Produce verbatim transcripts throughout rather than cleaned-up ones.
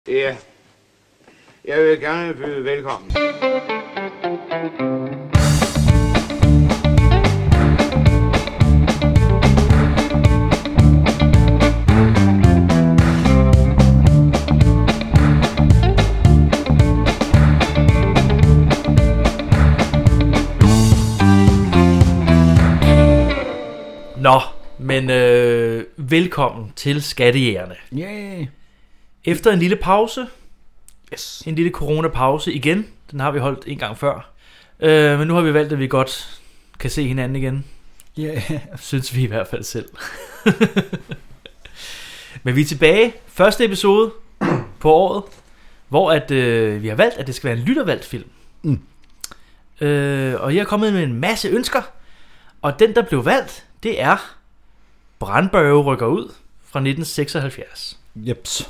Ja, jeg vil gerne byde velkommen. Nå, men øh, velkommen til Skattejægerne. Yeah. Efter en lille pause, Yes. en lille coronapause igen, den har vi holdt en gang før, øh, men nu har vi valgt, at vi godt kan se hinanden igen. Yeah. Synes vi i hvert fald selv. Men vi er tilbage, første episode på året, hvor at, øh, vi har valgt, at det skal være en lyttervalgt film. Mm. Øh, og jeg er kommet med en masse ønsker, og den, der blev valgt, det er Brandbørge rykker ud fra nitten seksoghalvfjerds. Jeps.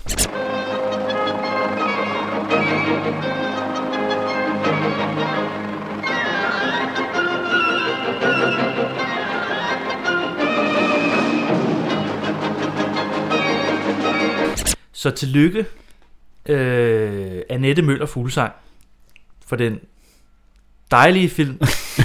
Så tillykke, øh, Annette Møller Fuglsang, for den dejlige film.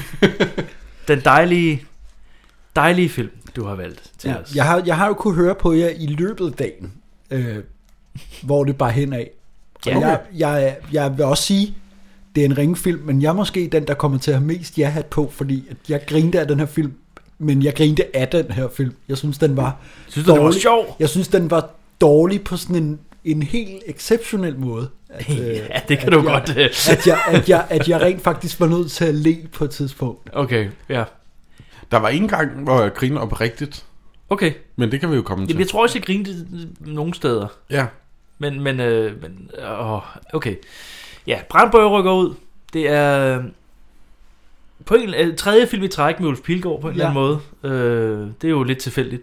den dejlige, dejlige film, du har valgt til Ja, os. jeg, har, jeg har jo kunne høre på jer i løbet af dagen, øh, hvor det bare henad. Ja, Og jeg, jeg, jeg vil også sige, det er en ringfilm, men jeg er måske den, der kommer til at have mest ja-hat på, fordi at jeg grinte af den her film, men jeg grinte af den her film. Jeg synes, den var Synes du, det var sjov? Jeg synes, den var dårlig på sådan en, en helt exceptionel måde. At, øh, Ja, det kan at du jeg, godt. øh. At jeg, at, jeg, at jeg rent faktisk var nødt til at le på et tidspunkt. Okay, ja. Der var en gang, hvor jeg grinede oprigtigt, Okay. men det kan vi jo komme til. Jamen, jeg tror også, jeg grinte nogle steder. Ja, Men, men, øh, men åh, okay. Ja, Brandbørge rykker ud. Det er øh, på en øh, tredje film i træk med Ulf Pilgaard på en Ja. eller anden måde. Øh, det er jo lidt tilfældigt.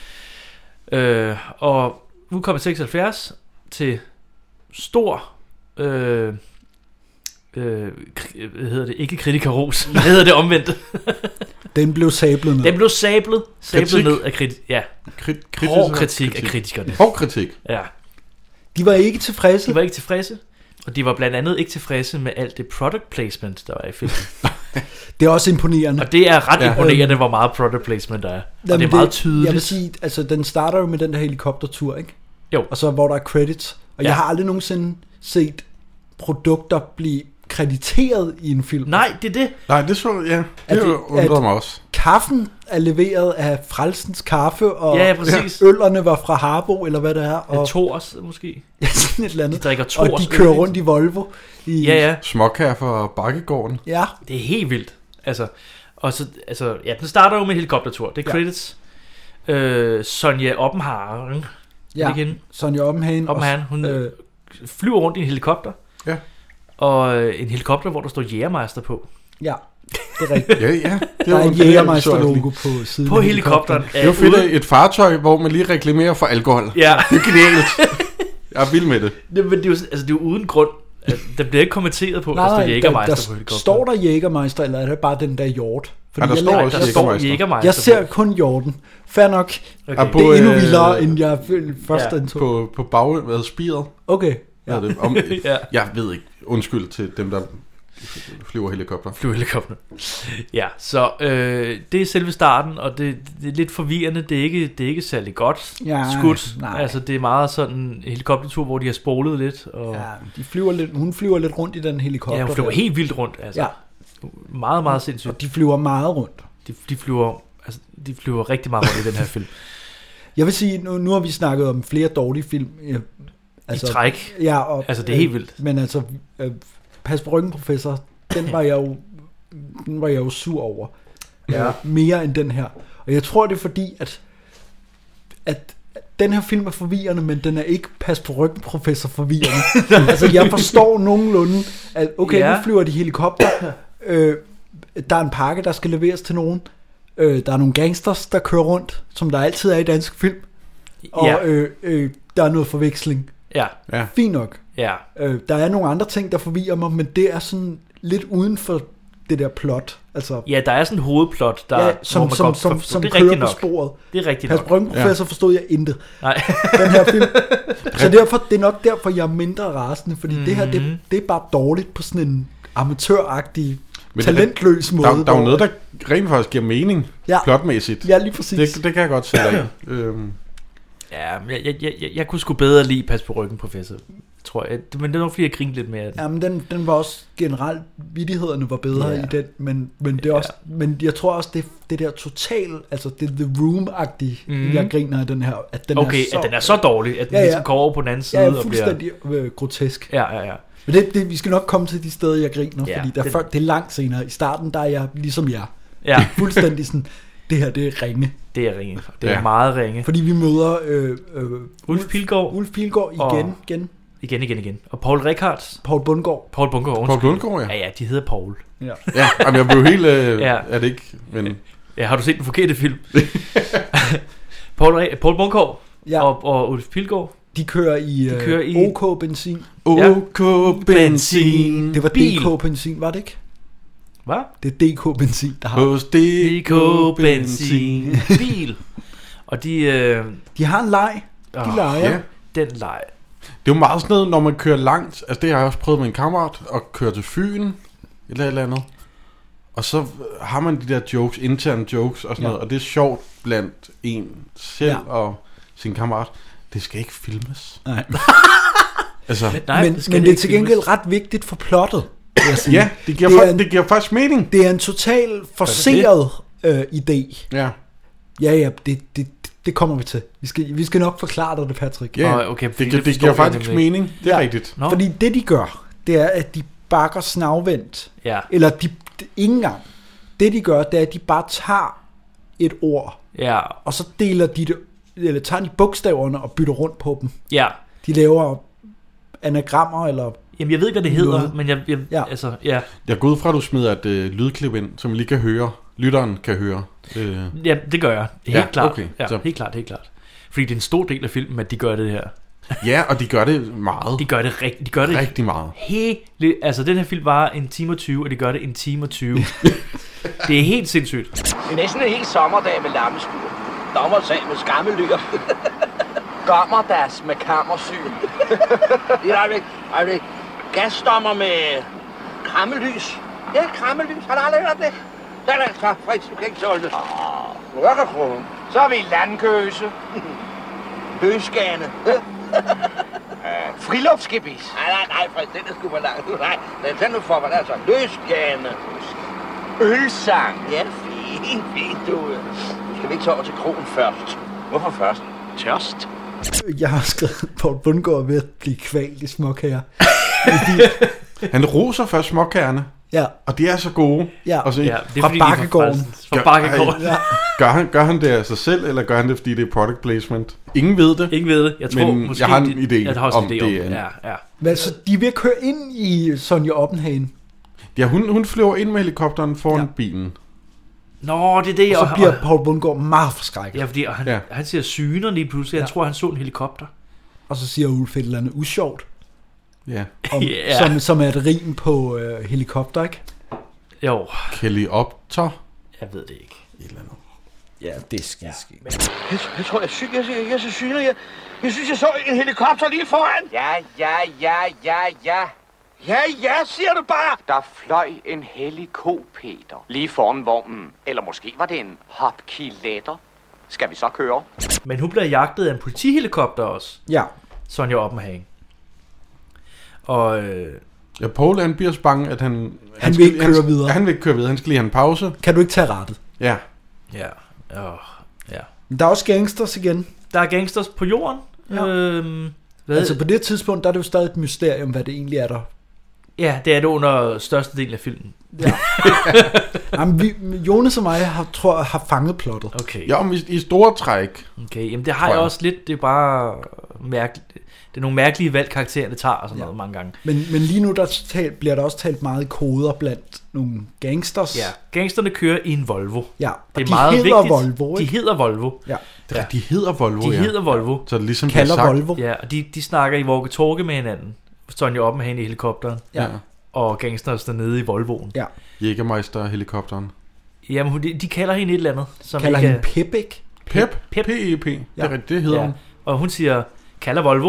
Øh, og nu kommer seksoghalvfjerds til stor øh, øh, kri- hvad hedder det? Ikke kritikerros. Hvad hedder det omvendt? Den blev sablet ned. Den blev sablet, sablet Kritik. ned af kritik. Ja, Krit- kritisk, hård kritik af kritikerne. Hård kritik. Ja. De var ikke tilfredse. De var ikke tilfredse, og de var blandt andet ikke tilfredse med alt det product placement, der var i filmen. Det er også imponerende. Og det er ret Ja. imponerende, hvor meget product placement der er. Og Jamen, det er meget tydeligt. Jeg vil sige, altså den starter jo med den der helikoptertur, ikke? Jo. Og så hvor der er credits. Og Ja. jeg har aldrig nogensinde set produkter blive krediteret i en film. Nej, det er det. Nej, det så, ja, det, At det- det undrede at- mig også. Kaffen er leveret af Frelsens Kaffe, og Ja, ja, præcis. øllerne var fra Harbo, eller hvad det er. Og Og Thors måske. ja, sådan et eller De andet. drikker Og Thors. de kører rundt i Volvo. I, Ja, ja. Småkaffer og bakkegården. ja. Det er helt vildt. Altså, og så, altså, ja, den starter jo med helikoptertur. Det er Ja. credits. Øh, Sonja Oppenhagen. ja. Igen. Sonja Oppenhagen. Oppenhagen, hun øh, flyver rundt i en helikopter. Ja. Og øh, en helikopter, hvor der står Jægermeister på. Ja, det er rigtigt. Ja, ja. Det Der er jo en en fornemmelse, Jægermeister-logo på siden På af helikopteren. Det er jo fedt, at et fartøj, hvor man lige reklamerer for alkohol. Ja. Det er genialt. Jeg er vild med det. Det, men det, er jo, altså, det er jo uden grund. Altså, der bliver ikke kommenteret på, at der Nej, står nej, der, Jægermeister der på helikopteren. står der Jægermeister, eller er det bare den der hjort? Fordi Ja, der jeg, står lader- også Der står Jægermeister. Jægermeister jeg ser kun hjorten. Fair nok. Okay. Og på, Det er endnu øh, vildere, end jeg først ja, antog. På, på bag, hvad spiret. Okay. Ja. Ja. Det, om, Ja. Jeg ved ikke. Undskyld til dem, der flyver helikopter. Flyvehelikopter. Ja, så øh, det er selve starten, og det, det er lidt forvirrende. Det er ikke, det er ikke særlig godt Ja, skudt. nej. Altså, det er meget sådan en helikoptertur, hvor de har spolet lidt. Og, Ja, de flyver lidt, hun flyver lidt rundt i den helikopter. ja, hun flyver der. helt vildt rundt. Altså. Ja, Meget, meget sindssygt. og de flyver meget rundt. De, de, flyver, altså, de flyver rigtig meget rundt i den her film. Jeg vil sige, nu, nu har vi snakket om flere dårlige film. øh, Altså, I træk. Ja, og, Altså, det er helt vildt. Øh, men altså, øh, Pas på ryggen, professor, den var jeg jo, den var jeg jo sur over. Ja. Øh, mere end den her. Og jeg tror, det er fordi, at, at den her film er forvirrende, men den er ikke Pas på ryggen, professor forvirrende. Altså, jeg forstår nogenlunde, at okay, Ja. nu flyver de helikopter. Øh, der er en pakke, der skal leveres til nogen. Øh, der er nogle gangsters, der kører rundt, som der altid er i dansk film. Og Ja. øh, øh, der er noget forveksling. Ja, Ja. Fint nok. ja. Øh, der er nogle andre ting, der forvirrer mig, men det er sådan lidt uden for det der plot. Altså, Ja, der er sådan en hovedplot, der, ja, hvor som, man som, godt som, forstår- som det er kører rigtigt på nok. sporet. Det er rigtigt Pas nok. Brønge professor Ja. forstod jeg intet. Nej. Den her film, Så derfor, det er nok derfor, jeg er mindre rasende, fordi mm-hmm. det her, det, det er bare dårligt på sådan en amatøragtig, Men talentløs der, måde. Der, der er jo noget, der rent faktisk giver mening, ja. plotmæssigt. Ja, lige præcis. Det, det kan jeg godt sætte af. øhm. Ja, jeg, jeg, jeg, jeg, jeg kunne sgu bedre lide Pas på ryggen, professor. Tror jeg. Men det er nok fordi, jeg grinte lidt mere af den. Ja, men den, den var også generelt, vittighederne var bedre ja. i den, men, men det er også, ja. men jeg tror også, det, det der total, altså det The Room-agtige, mm. jeg griner af den her, at den okay, er så, at den er så dårlig, at den ja, ja. ligesom går over på den anden side. Ja, og fuldstændig bliver... grotesk. Ja, ja, ja. Men det, det, vi skal nok komme til de steder, jeg griner, ja, fordi der det... før, det er langt senere. I starten, der er jeg ligesom jer. Ja. Fuldstændig sådan, det her, det er ringe. Det er ringe. Det er ja. meget ringe. Fordi vi møder øh, øh, Ulf Pilgaard. Ulf Pilgaard igen, og... igen. Igen, igen, igen. Og Paul Rickard. Paul Bundgaard. Paul Bundgaard. Paul Bundgaard, ja. Ja, ja, de hedder Paul. Ja, ja jamen, jeg blev helt... Øh, ja. Er det ikke... Men... Ja, har du set den forkerte film? Paul, Paul Bundgaard ja. og, og Ulf Pilgaard. De kører i, de kører i OK Benzin. OK Benzin. Det var D K Benzin, var det ikke? Hvad? Det er D K Benzin, der har... Hos D K Benzin. Bil. Og de... Øh... De har en leg. De oh, leger. Ja. Den leg. Det er jo meget sådan noget, når man kører langt. Altså det har jeg også prøvet med en kammerat. At køre til Fyn. Eller et eller andet. Og så har man de der jokes, interne jokes og sådan ja. noget. Og det er sjovt blandt en selv ja. og sin kammerat. Det skal ikke filmes. Nej. altså, men nej, men, det, men det er til gengæld filmes. Ret vigtigt for plottet. Ja, det giver, det, for, en, det giver faktisk mening. Det er en total forceret øh, idé. Ja. Ja, ja, det, det, det kommer vi til. Vi skal, vi skal nok forklare dig det, Patrick. Ja, yeah, okay, det, det, det, det giver faktisk mening. Det er ja, rigtigt. No. Fordi det, de gør, det er, at de bakker snavvendt. Ja. Eller de, de, ikke engang. Det, de gør, det er, at de bare tager et ord. Ja. Og så deler de det, eller tager de bogstaverne og bytter rundt på dem. Ja. De laver anagrammer, eller... Jamen, jeg ved ikke, hvad det hedder, noget. men jeg... jeg ja. Altså, ja. Jeg går ud fra, at du smider et øh, lydklip ind, som vi lige kan høre. Lytteren kan høre. Øh. Ja, det gør jeg. Helt ja, klart. Okay. Ja, helt klart, helt klart. Fordi det er en stor del af filmen, at de gør det her. Ja, og de gør det meget. De gør det, rig- de gør det rigtig meget. Hele, altså, den her film var en time og tyve, og de gør det en time og tyve. Det er helt sindssygt. Det er næsten en hel sommerdag med lammeskur. Dommersag med skammelyer. Gommerdas med kammersyn. Det er øjeblik, øjeblik. Gasdommer med krammelys. Ja, krammelys. Har du aldrig hørt det? Den er så frit, du kan ikke tåle det. Åh, så er vi landkøse. Løsgane. Friluftsgebis. Nej, nej, nej, Fred, den er sgu for langt. Nej, den er nu for mig, altså. Løsgane. Ølsang. Ja, fint, fint, du. Skal vi ikke tage over til krogen først? Hvorfor først? Tørst. Jeg har skrevet, Paul Bundgaard ved at blive kvalt i småkager. Han roser først småkagerne. Ja. Og de er så gode. Ja, og så, ja det er fra Bakkegården. Fra Bakkegården. Ja. Gør, han, gør han det af sig selv, eller gør han det, fordi det er product placement? Ingen ved det. Ingen ved det. Jeg tror, men måske jeg har en idé jeg har også om en idé det. Om. En... Ja, ja. Men altså, de vil køre ind i Sonja Oppenhagen. Ja, hun, hun flyver ind med helikopteren foran ja. bilen. Nå, det er det. Og så bliver Paul Bundgaard meget forskrækket. Ja, fordi han, ja. han ser syner lige pludselig. Jeg ja. tror, han så en helikopter. Og så siger Ulf et eller andet usjovt. Ja. Om, yeah. som, som er et rim på øh, helikopter, ikke? Jo. Helikopter? Jeg ved det ikke. Et eller andet. Ja, det skal ske. Ja. Jeg, jeg tror, jeg, jeg, jeg, jeg, så syner. Jeg, jeg synes, jeg så en helikopter lige foran. Ja, ja, ja, ja, ja. Ja, ja, siger du bare. Der fløj en helikopeter lige foran vognen. Eller måske var det en hopkiletter. Skal vi så køre? Men hun bliver jagtet af en politihelikopter også. Ja. Sonja Oppenhagen. Og... Øh... Ja, Paul han bliver så bange, at han... Han, han vil ikke han, køre videre. Ja, han vil ikke køre videre. Han skal lige have en pause. Kan du ikke tage rettet? Ja. Ja. Oh, ja. Men der er også gangsters igen. Der er gangsters på jorden. Ja. Øhm, hvad? Altså på det tidspunkt, der er det jo stadig et mysterium, hvad det egentlig er der. Ja, det er det under største del af filmen. Ja. Jamen, vi, Jonas og mig har, tror jeg, har fanget plottet. Okay. Ja, i, i store træk. Okay, jamen det har jeg også lidt. Det er bare mærkeligt. Det er nogle mærkelige valg, karaktererne tager og sådan ja. noget mange gange. Men, men lige nu der talt, bliver der også talt meget i koder blandt nogle gangsters. Ja, gangsterne kører i en Volvo. Ja, det er de meget hedder vigtigt. Volvo, ikke? De hedder Volvo. Ja. Ja. De hedder Volvo, De ja. hedder Volvo. Så det ligesom kalder sagt. Volvo. Ja, og de, de snakker i walkie-talkie med hinanden. Sonja Oppenhagen i helikopteren. Ja. Og gangsters dernede i Volvoen. Ja. Jägermeister-helikopteren. Jamen, de, de kalder hende et eller andet. Som kalder ikke hende Pep, ikke? Pep? Pep. P E P. Ja. Det, det hedder ja. hun. Og hun siger, kalder Volvo.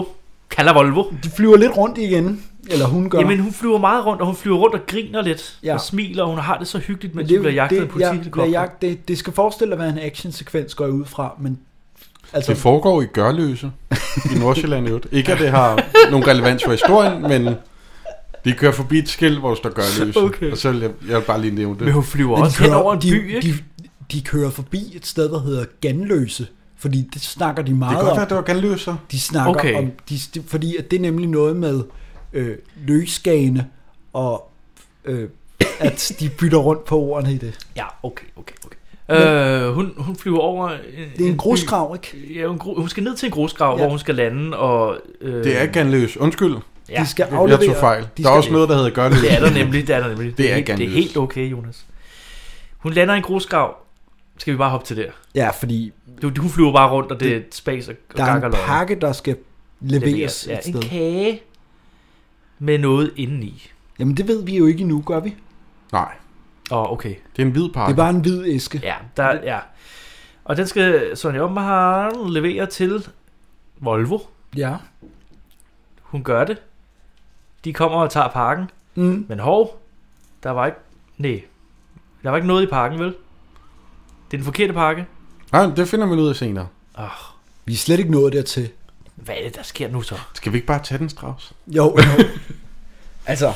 kalder Volvo. De flyver lidt rundt igen, eller hun gør. Jamen, hun flyver meget rundt, og hun flyver rundt og griner lidt, Ja. og smiler, og hun har det så hyggeligt, mens det, hun bliver jagtet af det, ja, politihelikopter. bliver jagt, det, det skal forestille at være en actionsekvens, går jeg ud fra, men altså, Det foregår i Gørløse i Nordsjælland i øvrigt. Ikke at det har nogen relevans for historien, men de kører forbi et skilt, hvor der står Gørløse. Okay. Og så vil jeg, jeg vil bare lige nævne det. Men hun flyver men de også hen kører- over en de, by, ikke? de, de kører forbi et sted, der hedder Ganløse, fordi det snakker de Det meget kan godt om. være, at det var Gørløse. De snakker Okay. om, de, de, fordi at det er nemlig noget med øh, løsgagene, og øh, at de bytter rundt på ordene i det. Ja, okay, okay, okay. Øh, hun, hun flyver over... En, Det er en by. grusgrav, ikke? Ja, hun, hun skal ned til en grusgrav, Ja. hvor hun skal lande, og... Øh, Det er Ganløse. Undskyld. ja, De skal Jeg aflevere... tog fejl. de Der er skal- også noget, der hedder Gørløse. det er der nemlig, det er der nemlig. Det er, helt- helt, det er Ganløs. helt okay, Jonas. Hun lander i en grusgrav. Skal vi bare hoppe til der? Ja, fordi Du, hun flyver bare rundt, og det er space og, og der er gang og en løg. pakke, der skal leveres Ja, et en sted. kage med noget indeni. Jamen det ved vi jo ikke endnu, gør vi? Nej, Åh, oh, okay. det er en hvid Det pakke. er bare en hvid æske. Ja, der, ja. Og den skal Sonja Oppenheim levere til Volvo. Ja. Hun gør det. De kommer og tager pakken. Mm. Men hov, der var ikke... Nej, der var ikke noget i pakken, vel? Det er den forkerte pakke. Nej, det finder man ud af senere. Oh, Vi er slet ikke nået dertil. hvad er det, der sker nu så? Skal vi ikke bare tage den, Strauss? Jo, jo. Altså,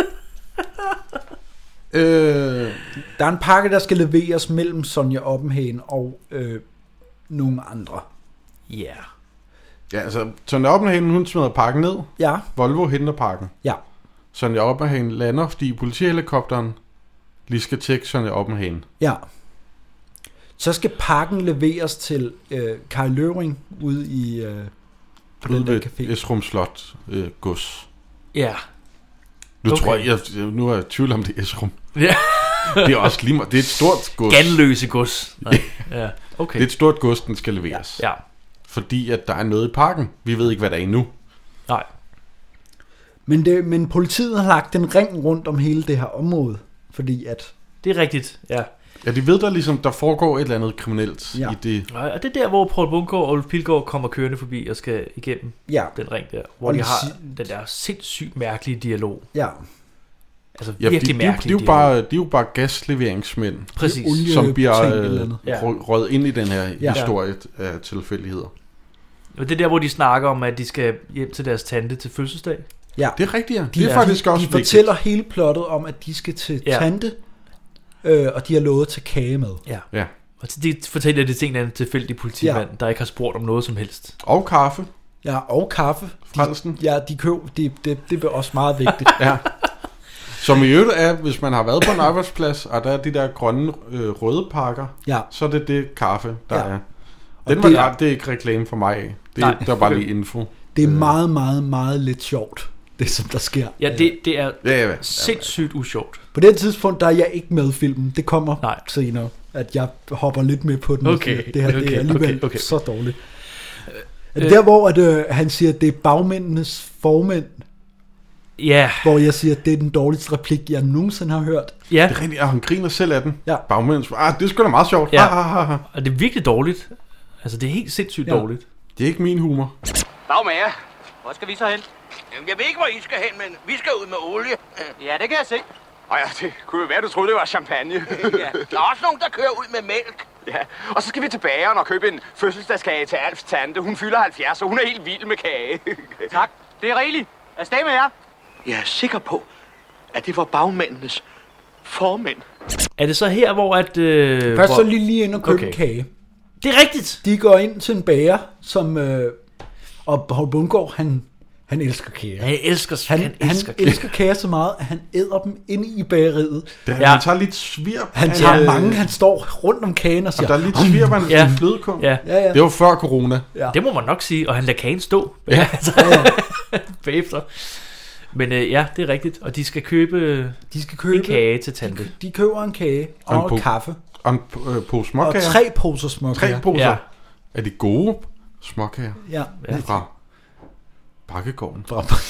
Øh, der er en pakke, der skal leveres mellem Sonja Oppenhagen og øh, nogle andre. Ja. Yeah. ja, altså, Sonja Oppenhagen, hun smider pakken ned. Ja, Volvo henter pakken. ja. Sonja Oppenhagen lander, fordi politihelikopteren lige skal tjekke Sonja Oppenhagen. Ja. Så skal pakken leveres til øh, Kai Løvring ude i øh, på den Ude der ved café. Esrum Slot øh, gods. Ja. Nu Okay. tror jeg, jeg, nu er jeg i tvivl om det er Esrum. Ja. Det er også lige meget. Det er et stort gods. Ganløse gods. Nej. Ja, okay. Det er et stort gods, den skal leveres. Ja. Fordi at der er noget i pakken. Vi ved ikke, hvad der er endnu. Nej. Men, det, men politiet har lagt en ring rundt om hele det her område, fordi at... Det er rigtigt, ja. Ja, de ved der ligesom, der foregår et eller andet kriminelt Ja. i det. Og det er der, hvor Poul Bundgaard og Ulf Pilgaard kommer kørende forbi og skal igennem Ja, den ring der. Hvor Og de de har si- den der sindssygt mærkelige dialog. ja. Altså Ja, virkelig de, de, de, mærkelig er jo dialog. bare, de er jo bare gasleveringsmænd, Præcis. Olie- som bliver ting øh, eller andet. Ja. rø- røget ind i den her Ja. historie af tilfældigheder. Og det er der, hvor de snakker om, at de skal hjem til deres tante til fødselsdag. Ja. Det er rigtigt, ja. De, Det er faktisk de, også de vigtigt. fortæller hele plottet om, at de skal til Ja. tante, øh, og de har lovet at tage kage med. Ja. Ja. Og så de fortæller det til en eller anden tilfældig politimand, Ja. der ikke har spurgt om noget som helst. Og kaffe. Ja, og kaffe. Frelsen. Ja, de køb, det, det, det er også meget vigtigt. Ja. Som i øvrigt er, hvis man har været på en arbejdsplads, og der er de der grønne øh, røde pakker, Ja, så er det det kaffe, der Ja. er. Og Den var det- det, det er ikke reklame for mig af. Det, Nej. det var bare lige info. det er meget, meget, meget lidt sjovt, det som der sker. Ja, det, det er Ja, ja, ja. sindssygt usjovt. På det tidspunkt, der er jeg ikke med i filmen. Det kommer Nej. senere, at jeg hopper lidt med på den. og Okay, siger, det her det okay, er alligevel okay, okay. så dårligt. Er det der, hvor at, øh, han siger, at det er bagmændenes formænd, Ja, hvor jeg siger, at det er den dårligste replik, jeg nogensinde har hørt. ja. Det er rigtigt, og han griner selv af den. Ja. Bagmænds. Ah, det er sgu da meget sjovt. Ja. Ha, ha, ha, ha. Og det er virkelig dårligt. Altså, det er helt sindssygt Ja. dårligt. Det er ikke min humor. Dag med jer. Hvor skal vi så hen? Jamen, jeg ved ikke, hvor I skal hen, men vi skal ud med olie. Ja, det kan jeg se. Og ja, det kunne jo være, du troede, det var champagne. ja. Der er også nogen, der kører ud med mælk. Ja, og så skal vi til bageren og købe en fødselsdagskage til Alfs tante. Hun fylder halvfjerds, og hun er helt vild med kage. Tak, det er rigeligt. Afsted med jer. Jeg er sikker på, at det var bagmændenes formænd. Er det så her, hvor at... Øh, Først hvor... så lige, lige ind og købe Okay. en kage. Det er rigtigt! De går ind til en bager, som... Øh, og Poul Bundgaard, han, han elsker kager. Han elsker, Han, han, han elsker, elsker kager så meget, at han æder dem inde i bageriet. Det, Ja. Han tager lidt svirp. Han af- tager mange, han står rundt om kagen og Og siger... der er lidt svirp af en Ja. flødekum. Ja, Ja, ja. Det var før corona. Ja. det må man nok sige. Og han lader kagen stå. Ja. Bagefter. Men øh, ja, det er rigtigt. Og de skal købe De skal en købe... kage til tante. De, de køber en kage Og en og, po- og kaffe. Og en øh, pose Og småkager. tre poser småkager. Tre poser. Ja. Er de gode småkager? Ja. Ja. Fra Bakkegården.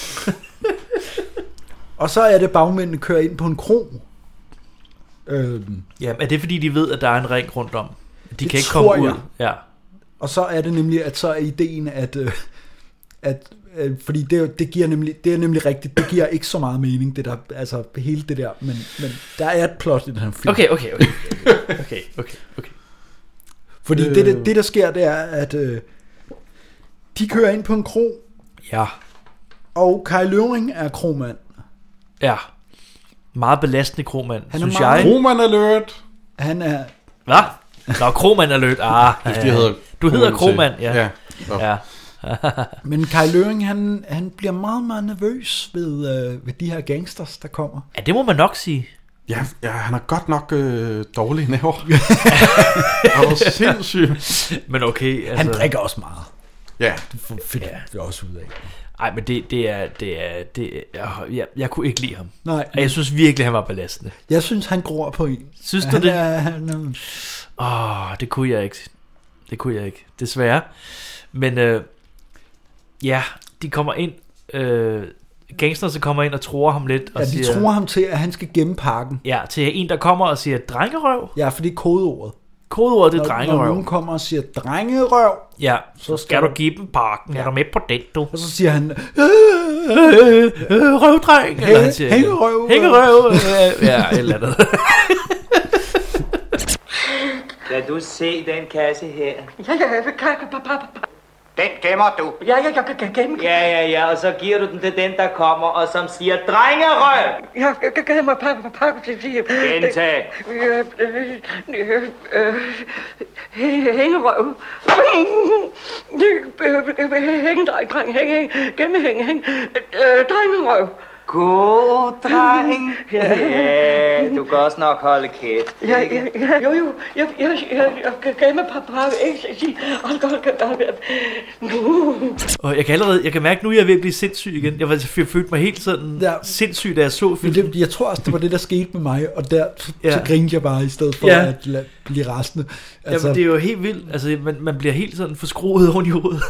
Og så er det bagmændene kører ind på en kro. Øhm, Ja, er det fordi, de ved, at der er en ring rundt om? De Det kan ikke tror komme ud. jeg. Ja. og så er det nemlig, at så er ideen, at, øh, at øh, fordi det, det giver nemlig, det er nemlig rigtigt, det giver ikke så meget mening, det der, altså hele det der, men, men der er et plot i den her film. Okay, okay, okay. Okay, okay, okay. Fordi øh... det, det, det, der sker, det er, at øh, de kører ind på en kro, Ja. og Kai Løvring er kromand. Ja. Meget belastende kromand, Han er synes meget- jeg. Roman alert. Han er, Hvad? Nå, kromand alert. Ah, Det er, fordi jeg hedder du hedder Kromand kromand, til. ja. Ja. Ja. men Kai Løvring, han, han bliver meget, meget nervøs ved, øh, ved de her gangsters, der kommer. Ja, det må man nok sige. Ja, ja, han har godt nok øh, dårlige nerver. Han er sindssygt. Men okay, altså... Han drikker også meget. Ja, Det finder Ja. vi også ud af. Ej, men det, det er... Det er det er, jeg, jeg kunne ikke lide ham. Nej, Og jeg synes virkelig, han var belastende. jeg synes, han gror på en. Synes du han det? Er, han er, Åh, oh, det kunne jeg ikke. Det kunne jeg ikke, desværre. Men øh, ja, de kommer ind. Øh, gangsterne kommer ind og tror ham lidt. Og ja, de siger, tror ham til, at han skal gemme pakken. Ja, til en, der kommer og siger drengerøv. Ja, for det er kodeordet. Kodeordet, det er Når, når drengerøv. nogen kommer og siger drengerøv, Ja, så Så skal skal du du- give dem pakken. Ja. Er du med på den, du? og så siger han, Øh, øh, røvdreng. Eller han siger, hængerøv. Hængerøv. øh, Ja, et eller andet. Kan du se den kasse her? Ja, ja, ja, kan, kan, kan, Den gemmer du. ja, ja, jeg kan, kan gemme. Ja, ja, ja, og så giver du den til den, der kommer, og som siger, drengerøv! Jeg kan gemme pakke, pakke, pakke, Gentag. Hængerøv. Hængedreng, dreng, hæng, hæng, gemme, hæng, hæng, drengerøv. God dreng. Ja, du kan også nok holde kæft. Ja, ja, ja, jo, jo, jeg, jeg, jeg, jeg kan gemme pakke, ikke sige, hold godt, hold godt, nu. Og jeg kan allerede, jeg kan mærke nu, at jeg er ved at blive sindssyg igen. Jeg, var, jeg følte mig helt sådan Ja. sindssyg, da jeg så Men filmen. det, jeg tror også, det var det, der skete med mig, og der så, Ja. så grinede jeg bare, i stedet for Ja. at la, blive rasende. Altså, Jamen, det er jo helt vildt. Altså, man, man bliver helt sådan forskruet oven i hovedet.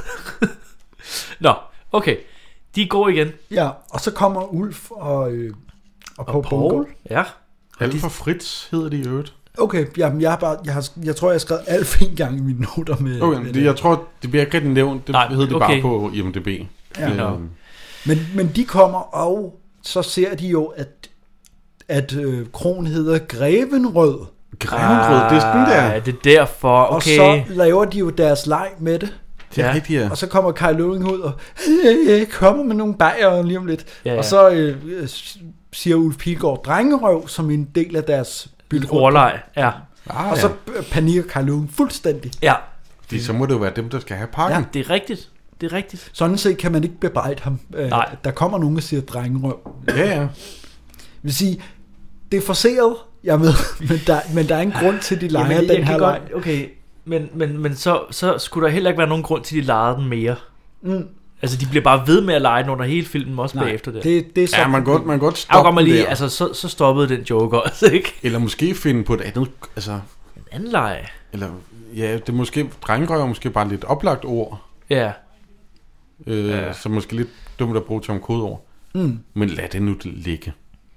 Nå, okay. De går igen. Ja, og så kommer Ulf og, øh, og, Og Paul Paul. Ja. Alfa Fritz hedder de i øvrigt. Okay, jamen, jeg, har bare, jeg, har, jeg tror, jeg har skrevet Alf en gang i mine noter med... Okay, med det, jeg tror, det bliver ikke rigtig nævnt. Det Nej, hedder det okay. bare på I M D B. Ja. Øhm, Men, men de kommer, og så ser de jo, at, at øh, kronen hedder Grevenrød. Grevenrød, det er sådan der. Ah, det er derfor, Og okay. så laver de jo deres leg med det. Det er Ja. rigtigt, ja. Og så kommer Kai Løving ud og øh, kommer med nogle bajer lige om lidt. Ja, ja. Og så øh, øh, siger Ulf Pilgaard drengerøv som en del af deres bytte rundt. Overleg, ja. Ah, Og ja. så øh, panikker Kai Løving fuldstændig. Ja, Fordi så må det jo være dem, der skal have pakken. Ja. det er rigtigt. Det er rigtigt. Sådan set kan man ikke bebrejde ham. Øh, Nej. Der kommer nogen, der siger drengerøv. Ja, ja. Jeg vil sige, det er forseret, jeg ved, men der, men der er ingen grund til, at de leger Jamen, den jeg her kan leg. godt, okay, men, men, men så, så skulle der heller ikke være nogen grund til, at de legede den mere. Mm. Altså, de bliver bare ved med at lege den under hele filmen, også Nej, bagefter det. det, det er så... Ja, man kan godt, man kan godt Jeg stoppe går mig den lige, der. altså, så, så stoppede den joke også, ikke? Eller måske finde på et andet, altså, En anden leg. eller, ja, det er måske, drengerøv er måske bare lidt oplagt ord, Ja. øh, Ja. ja. så måske lidt dumt at bruge som kodeord. Mm. Men lad det nu ligge.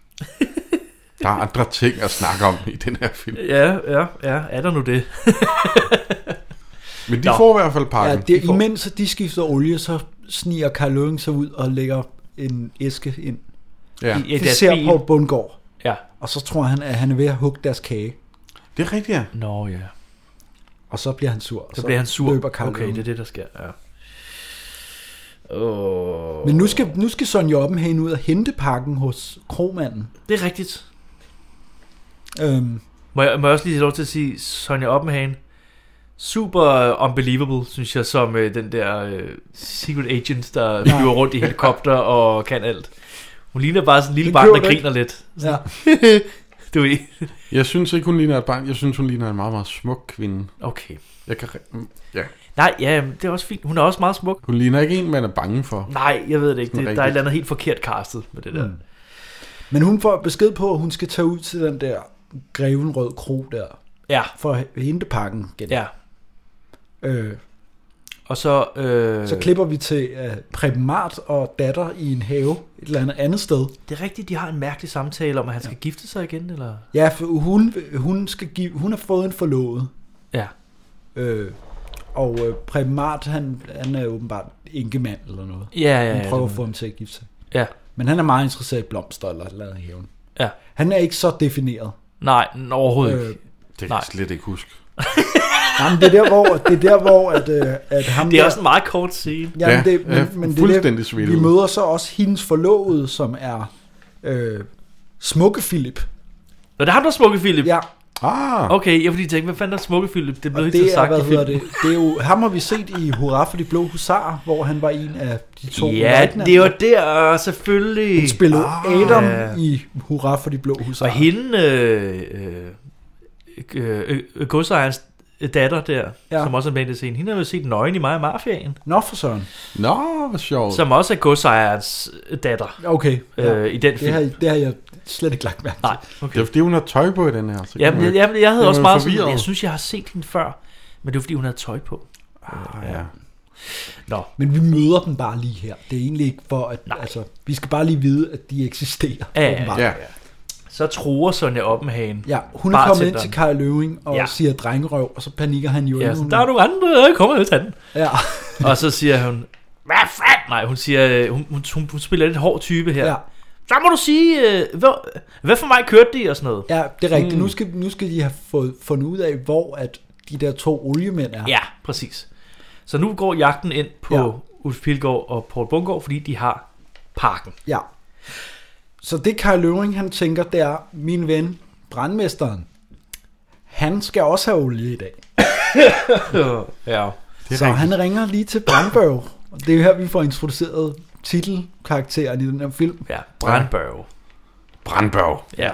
Der er andre ting at snakke om i den her film. Ja, ja, ja, er der nu det? Men de Nå. får i hvert fald Ja, pakken. det, de får, imens de skifter olie, så sniger Kai Løving sig ud og lægger en æske ind. ja. I, i Det deres ser bil. på Bundgaard. Ja. Og så tror han, at han er ved at hugge deres kage. Det er rigtigt, ja. Nå, ja. Og så bliver han sur. og Så bliver han sur. Løber Kai Okay, Løving. det er det, der sker, ja. Oh. Men nu skal, nu skal Sonja Oppenhagen ud og hente pakken hos kromanden. Det er rigtigt. Øhm, Må jeg, må jeg også lige have lov til at sige, Sonja Oppenhagen, super unbelievable, synes jeg, som øh, den der øh, secret agent, der flyver rundt i helikopter og kan alt. Hun ligner bare sådan en lille Det barn, køber der du griner lidt. ja. Du ved. Jeg synes ikke, hun ligner et barn. Jeg synes, hun ligner en meget, meget smuk kvinde. Okay. Jeg kan... re- mm, Ja. Nej, ja, det er også fint. Hun er også meget smuk. Hun ligner ikke en, man er bange for. Nej, jeg ved det ikke. Sådan Det, der er et rigtigt. eller andet helt forkert castet med det der. Mm. Men hun får besked på, at hun skal tage ud til den der Grevenrød kro der, Ja, for at hente pakken igen. ja. Øh, Og så... Øh, så klipper vi til uh, Preben Mart og datter i en have et eller andet andet sted. Det er rigtigt, de har en mærkelig samtale om, at han skal ja. gifte sig igen, eller? Ja, for hun, hun, skal give, hun har fået en forlovet. Ja. Øh, Og øh, Preben Mart, han, han er åbenbart enkemand eller noget. Ja, ja, ja. Han prøver det at få ham til at gifte sig. Ja. Men han er meget interesseret i blomster eller lavet i haven. Ja. Han er ikke så defineret. Nej, overhovedet Øh, ikke. Det kan Nej. jeg slet ikke huske. Jamen, det er der, hvor, det er der, hvor at, øh, at ham Det er der, også en meget kort scene. Jamen, Ja, det, men, ja, men det er fuldstændig det, svinget vi ud. møder så også hendes forlovede, som er øh, Smukke Philip. Nå, det er ham, der er Smukke Philip. Ja, Ah, Okay, jeg fordi tænkte, hvad fanden er Smukke Philip? Det blev og helt så det er, sagt hvad i hedder filmen. det, det er jo, ham har vi set i Hurra for de blå husarer, hvor han var en af de to Ja, løjtnanter. det var der, selvfølgelig. Han spillede Ah, Adam ja. i Hurra for de blå Og husarer. hende, øh, øh, øh, øh, godsejerens datter der, Ja. ja. som også er med i det scene, hende har jo set nøgen i mig og Mafiaen, Nå for søren. nå, hvor sjovt. som også er godsejerens datter Okay, ja. øh, i den det, film. har, det har jeg slet ikke lagt mærke til. Nej, Det okay. er fordi, hun har tøj på i den her. Så Jamen, kan jeg, man- jeg, jeg havde det også var meget sådan, forvirret. jeg synes, jeg har set hende før, men det var fordi, hun havde tøj på. Ah, ja. Nå, Men vi møder dem bare lige her. Det er egentlig ikke for, at Nej. altså, vi skal bare lige vide, at de eksisterer. Ja, ja, åbenbart. Ja. så truer Sonja Oppenhagen. Ja, hun er kommet ind Bartenderen. til Kai Løving og ja. Ja. siger drengerøv, og så panikker han jo. Ja, inden så hun- der er nogle andre, der kommer ud til den. Ja, Og så siger hun, hvad fanden? Nej, hun siger, øh, hun, hun, hun, hun spiller lidt hård type her. ja, Så må du sige, øh, hvad, hvad for mig kørte de og sådan noget. ja, det er rigtigt. Mm. Nu, skal, nu skal de have fået fundet ud af, hvor at de der to oliemænd er. Ja, præcis. Så nu går jagten ind på Ja. ja. Ulf Pilgaard og Poul Bundgaard, fordi de har parken. Ja. Så det Kai Løving, han tænker, det er, min ven, brandmesteren, han skal også have olie i dag. Ja. Så han ringer lige til Brandbørg. Og det er jo her, vi får introduceret titelkarakteren i den her film. Ja, Brandbørg. Brandberg. Ja.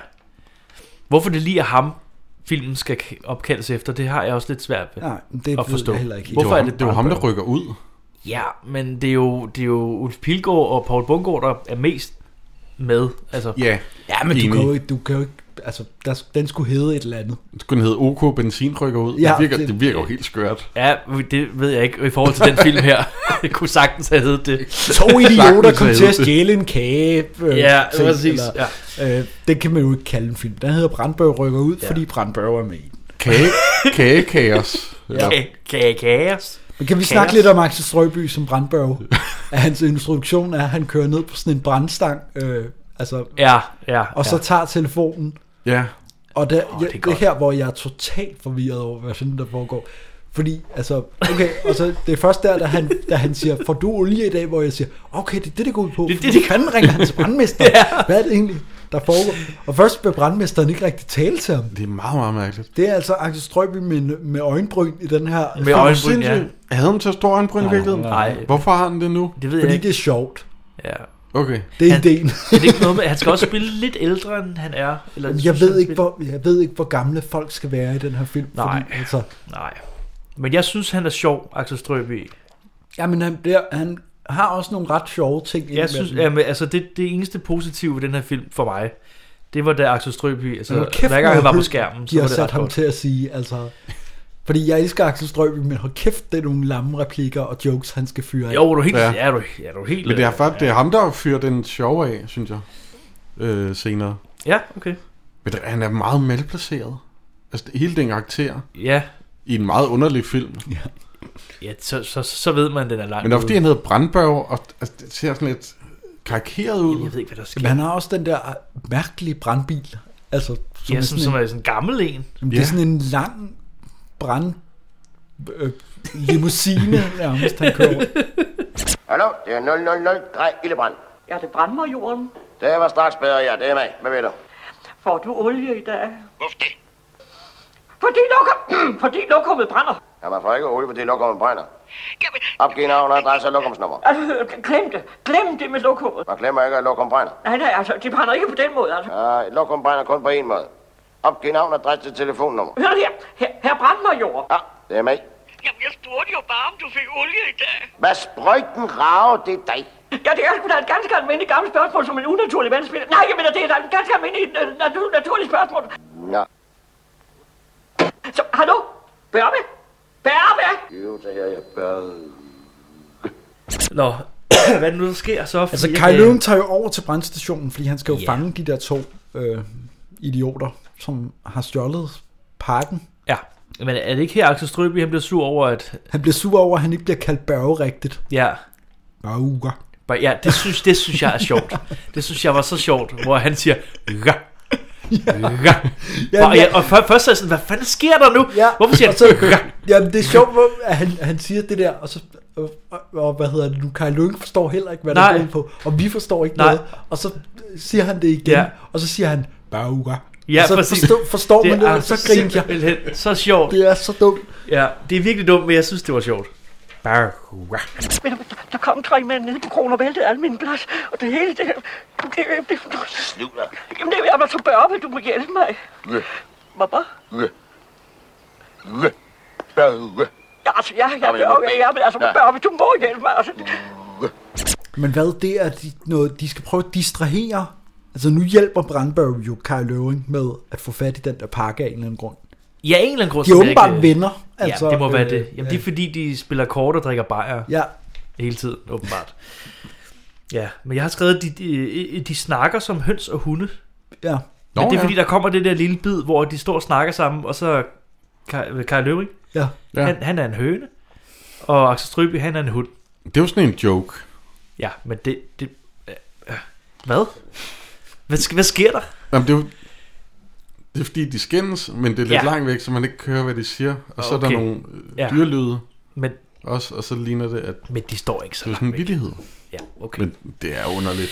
Hvorfor det lige er ham, filmen skal k- opkaldes efter, det har jeg også lidt svært ved. Nej, det At ved forstå. jeg heller ikke helt. Hvorfor det var, er ham, det det var ham, der Brandberg? rykker ud. Ja, men det er jo, det er jo Ulf Pilgaard og Poul Bundgaard, der er mest med. Altså, Ja, Ja, men du enig. kan jo ikke, du kan jo ikke, altså, der, den skulle hedde et eller andet. Det skulle den hedde OK Benzin rykker ud. Ja, det, virker, det- det virker jo helt skørt. ja, det ved jeg ikke i forhold til den film her. Det kunne sagtens have heddet det. To idioter Sagtens kom have til at det. stjæle en kage. Øh, Ja, ting, præcis. eller- Ja. Øh, det kan man jo ikke kalde en film. Den hedder Brandbørg rykker ud, ja. Ja. fordi Brandbørg er med i. Kage, kagekaos. Ja. Ka- ka- Kaos. Men kan vi Kaos. snakke lidt om Axel Strøby som Brandbørg? At hans introduktion er, at han kører ned på sådan en brandstang, øh, altså, Ja, ja. og så ja. tager telefonen. Ja, Og der, Åh, oh, det er det, det godt. her, hvor jeg er totalt forvirret over, hvad sådan der foregår. Fordi, altså, okay, og så det er først der, da han, da han siger, får du olie i dag, hvor jeg siger, okay, det er det, det går ud på. Det er det, Det, det- det fanden ringer han til brandmesteren. ja. Hvad er det egentlig, der foregår? Og først vil brandmesteren ikke rigtig tale til ham. det er meget, meget mærkeligt. Det er altså Axel Strøby med, med øjenbryn i den her, Med øjenbryn, ja. Sindssygt. Havde han så stor øjenbryn i virkeligheden? Nej, Hvorfor har han det nu? det ved jeg fordi ikke. det er sjovt. Ja. Okay. Det er Han- ideen. Er det ikke noget med, at han skal også spille lidt ældre, end han er? Eller, Jeg synes ved, han ikke, spiller- hvor, jeg ved ikke, hvor gamle folk skal være i den her film. Nej. Fordi, altså, Nej. Men jeg synes, han er sjov, Axel Strøby. jamen, han, bliver, han har også nogle ret sjove ting. Jeg indimellem. synes, jamen, altså det, det eneste positive ved den her film for mig, det var da Axel Strøby, altså Hold kæft, hver gang han var på noget skærmen, så de var har det sat ret ham godt. til at sige, altså... Fordi jeg elsker Axel Strøby, men hold kæft, det er nogle lamme replikker og jokes, han skal fyre af. Jo, du er helt, Ja. ja. Ja, du, ja, du er helt... Men det er, øh, faktisk, det er ham, der fyrer den sjov af, synes jeg, øh, senere. Ja, okay. Men det- han er meget malplaceret. Altså, det- hele den karakter Ja, i en meget underlig film. ja så, så, så ved man, den er lang. Men det er fordi, han hedder Brandberg, og altså, det ser sådan lidt karikeret ud. Jeg ved ikke, hvad der sker. Men han har også den der mærkelige brandbil. Altså, som, Ja, er som, sådan som en, er sådan en gammel en. det er Ja. sådan en lang brand... Øh, limousine nærmest, han kører rundt. Hallo, det er nul nul nul tre Ildebrand. Ja, det brænder jorden. Det var straks bedre, ja, det er mig. Hvad ved du? Får du olie i dag? Hvorfor det? Fordi, lokum, fordi lokummet brænder. Ja, man får ikke olie, fordi lokummet brænder. Opgiv navn, adresse og lokumsnummer. Altså, glem det. Glem det med lokummet. Man glemmer ikke, at lokum brænder. Nej, nej, altså, de brænder ikke på den måde, altså. Ja, et lokum brænder kun på én måde. Opgiv navn, adresse og telefonnummer. Hør her, her, her brandmajor. Ja, det er mig. Jamen, jeg spurgte jo bare, om du fik olie i dag. Hvad sprøjten rave, det er dig. Ja, det er sgu da et ganske almindeligt gammelt spørgsmål, som en unaturlig mand spiller. Nej, jeg mener, det er da et ganske almindeligt øh, natu- naturligt spørgsmål. Ja, Så, hallo? Børbe? Børbe? jo, så her jeg bør... Nå, hvad er det nu, der sker så? Altså, Fordi Kai jeg- Løven tager jo over til brandstationen, fordi han skal jo Ja. fange de der to øh, idioter, som har stjålet parken. Ja. Men er det ikke her, Axel Strøby, han bliver sur over, at... Han bliver sur over, at han ikke bliver kaldt Børge rigtigt. Ja. Børge. Ja, det synes, det synes jeg er sjovt. Det synes jeg var så sjovt, hvor han siger... Ja. Ja. Ja, og, ja, og først så er jeg sådan, hvad fanden sker der nu? Ja. Hvorfor siger han så? Ja. Jamen, det er sjovt, at han, han siger det der, og så... Og, og, og hvad hedder det nu? Kai Lyng forstår heller ikke, hvad der er på. Og vi forstår ikke Nej. noget. Og så siger han det igen. Ja. Og så siger han... Børge. Ja, og så forstår, forstår man det, og så griner jeg. Så sjovt. Det er så dumt. Ja, det er virkelig dumt, men jeg synes, det var sjovt. Men der kom tre mænd nede på kronen og væltede alle mine glas, og det hele, det... det, det, det Slutter. Jamen, det er jeg så Børge, du må hjælpe mig. Ja. Hvad? Ja. Ja. Børge. Ja, altså, ja, jeg er Børge, jeg er altså Børge, du må hjælpe mig, altså. Men hvad, det er de, noget, de skal prøve at distrahere. Altså, nu hjælper Brandberg jo Kai Løving med at få fat i den der pakke af en eller anden grund. Ja, en eller anden grund. De er åbenbart ikke... venner. Altså, ja, det må øh, være det. Jamen, ja. Det er fordi, de spiller kort og drikker bajer. Ja. Hele tiden, åbenbart. Ja, men jeg har skrevet, at de, de, de snakker som høns og hunde. Ja. Men Nå, det er ja. fordi, der kommer det der lille bid, hvor de står og snakker sammen, og så Kai Løving, ja. Ja. Han, han er en høne, og Axel Strøby, han er en hund. Det er jo sådan en joke. Ja, men det... det øh, hvad? hvad? Hvad sker der? Jamen, det er jo... Det er fordi, de skændes, men det er lidt ja. langt væk, så man ikke kan høre, hvad de siger. Og okay. Så er der nogle ja. dyrelyde men, også, og så ligner det, at... Men de står ikke så langt væk. Det er sådan en vittighed. Ja, okay. Men det er underligt.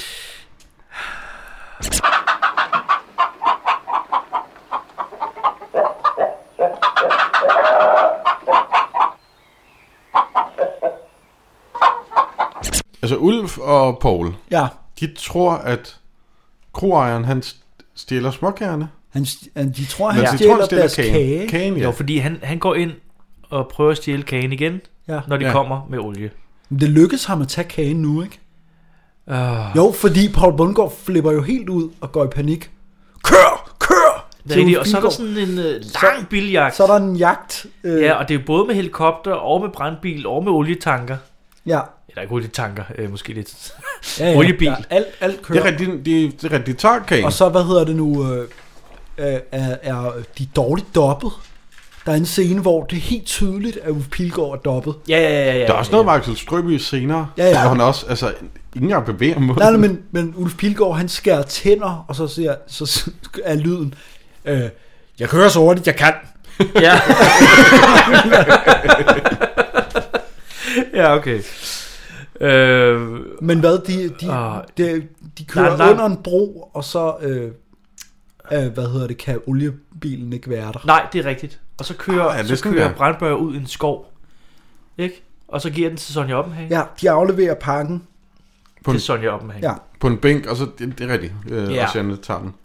Altså, Ulf og Paul, ja. de tror, at kroejeren, han stjæler småkagerne. Han, de tror, han ja. stjæler, de tror, deres kagen. kage. kagen ja. Jo, fordi han, han går ind og prøver at stjæle kagen igen, ja. når de ja. kommer med olie. Men det lykkes ham at tage kagen nu, ikke? Uh. Jo, fordi Paul Bundgaard flipper jo helt ud og går i panik. Kør! Kør! Det er rigtigt, og så er der sådan en uh, lang biljagt. Så er der en jagt. Øh... Ja, og det er både med helikopter, og med brandbil, og med olietanker. Ja. Eller ikke olietanker, øh, måske lidt. Ja, ja, oliebil. Ja, alt, alt kører. Det er rigtigt, de, de, de, de tager kagen. Og så, hvad hedder det nu, øh, er, er de dårligt dobbet. Der er en scene, hvor det er helt tydeligt, at Ulf Pilgaard er dobbet. Ja, ja, ja, ja. Der er også noget med Axel Strøby senere, ja, ja. hvor han også, altså, ikke engang bevæger munden. Nej, nej, men, men Ulf Pilgaard, han skærer tænder, og så siger, så er lyden, øh, jeg kører så hurtigt, jeg kan. Ja. Ja, okay. Øh, men hvad, de, de, uh, de, de kører nej, nej. under en bro, og så, øh, øh, hvad hedder det, kan oliebilen ikke være der. Nej, det er rigtigt. Og så kører, ah, ja, så kører Brandberg ud i en skov, ikke? Og så giver den til Sonja Oppenhagen. Ja, de afleverer pakken på til Sonja Oppenhagen. Ja. På en bænk, og så, det, det er rigtigt, øh, ja. Og Janne tager den.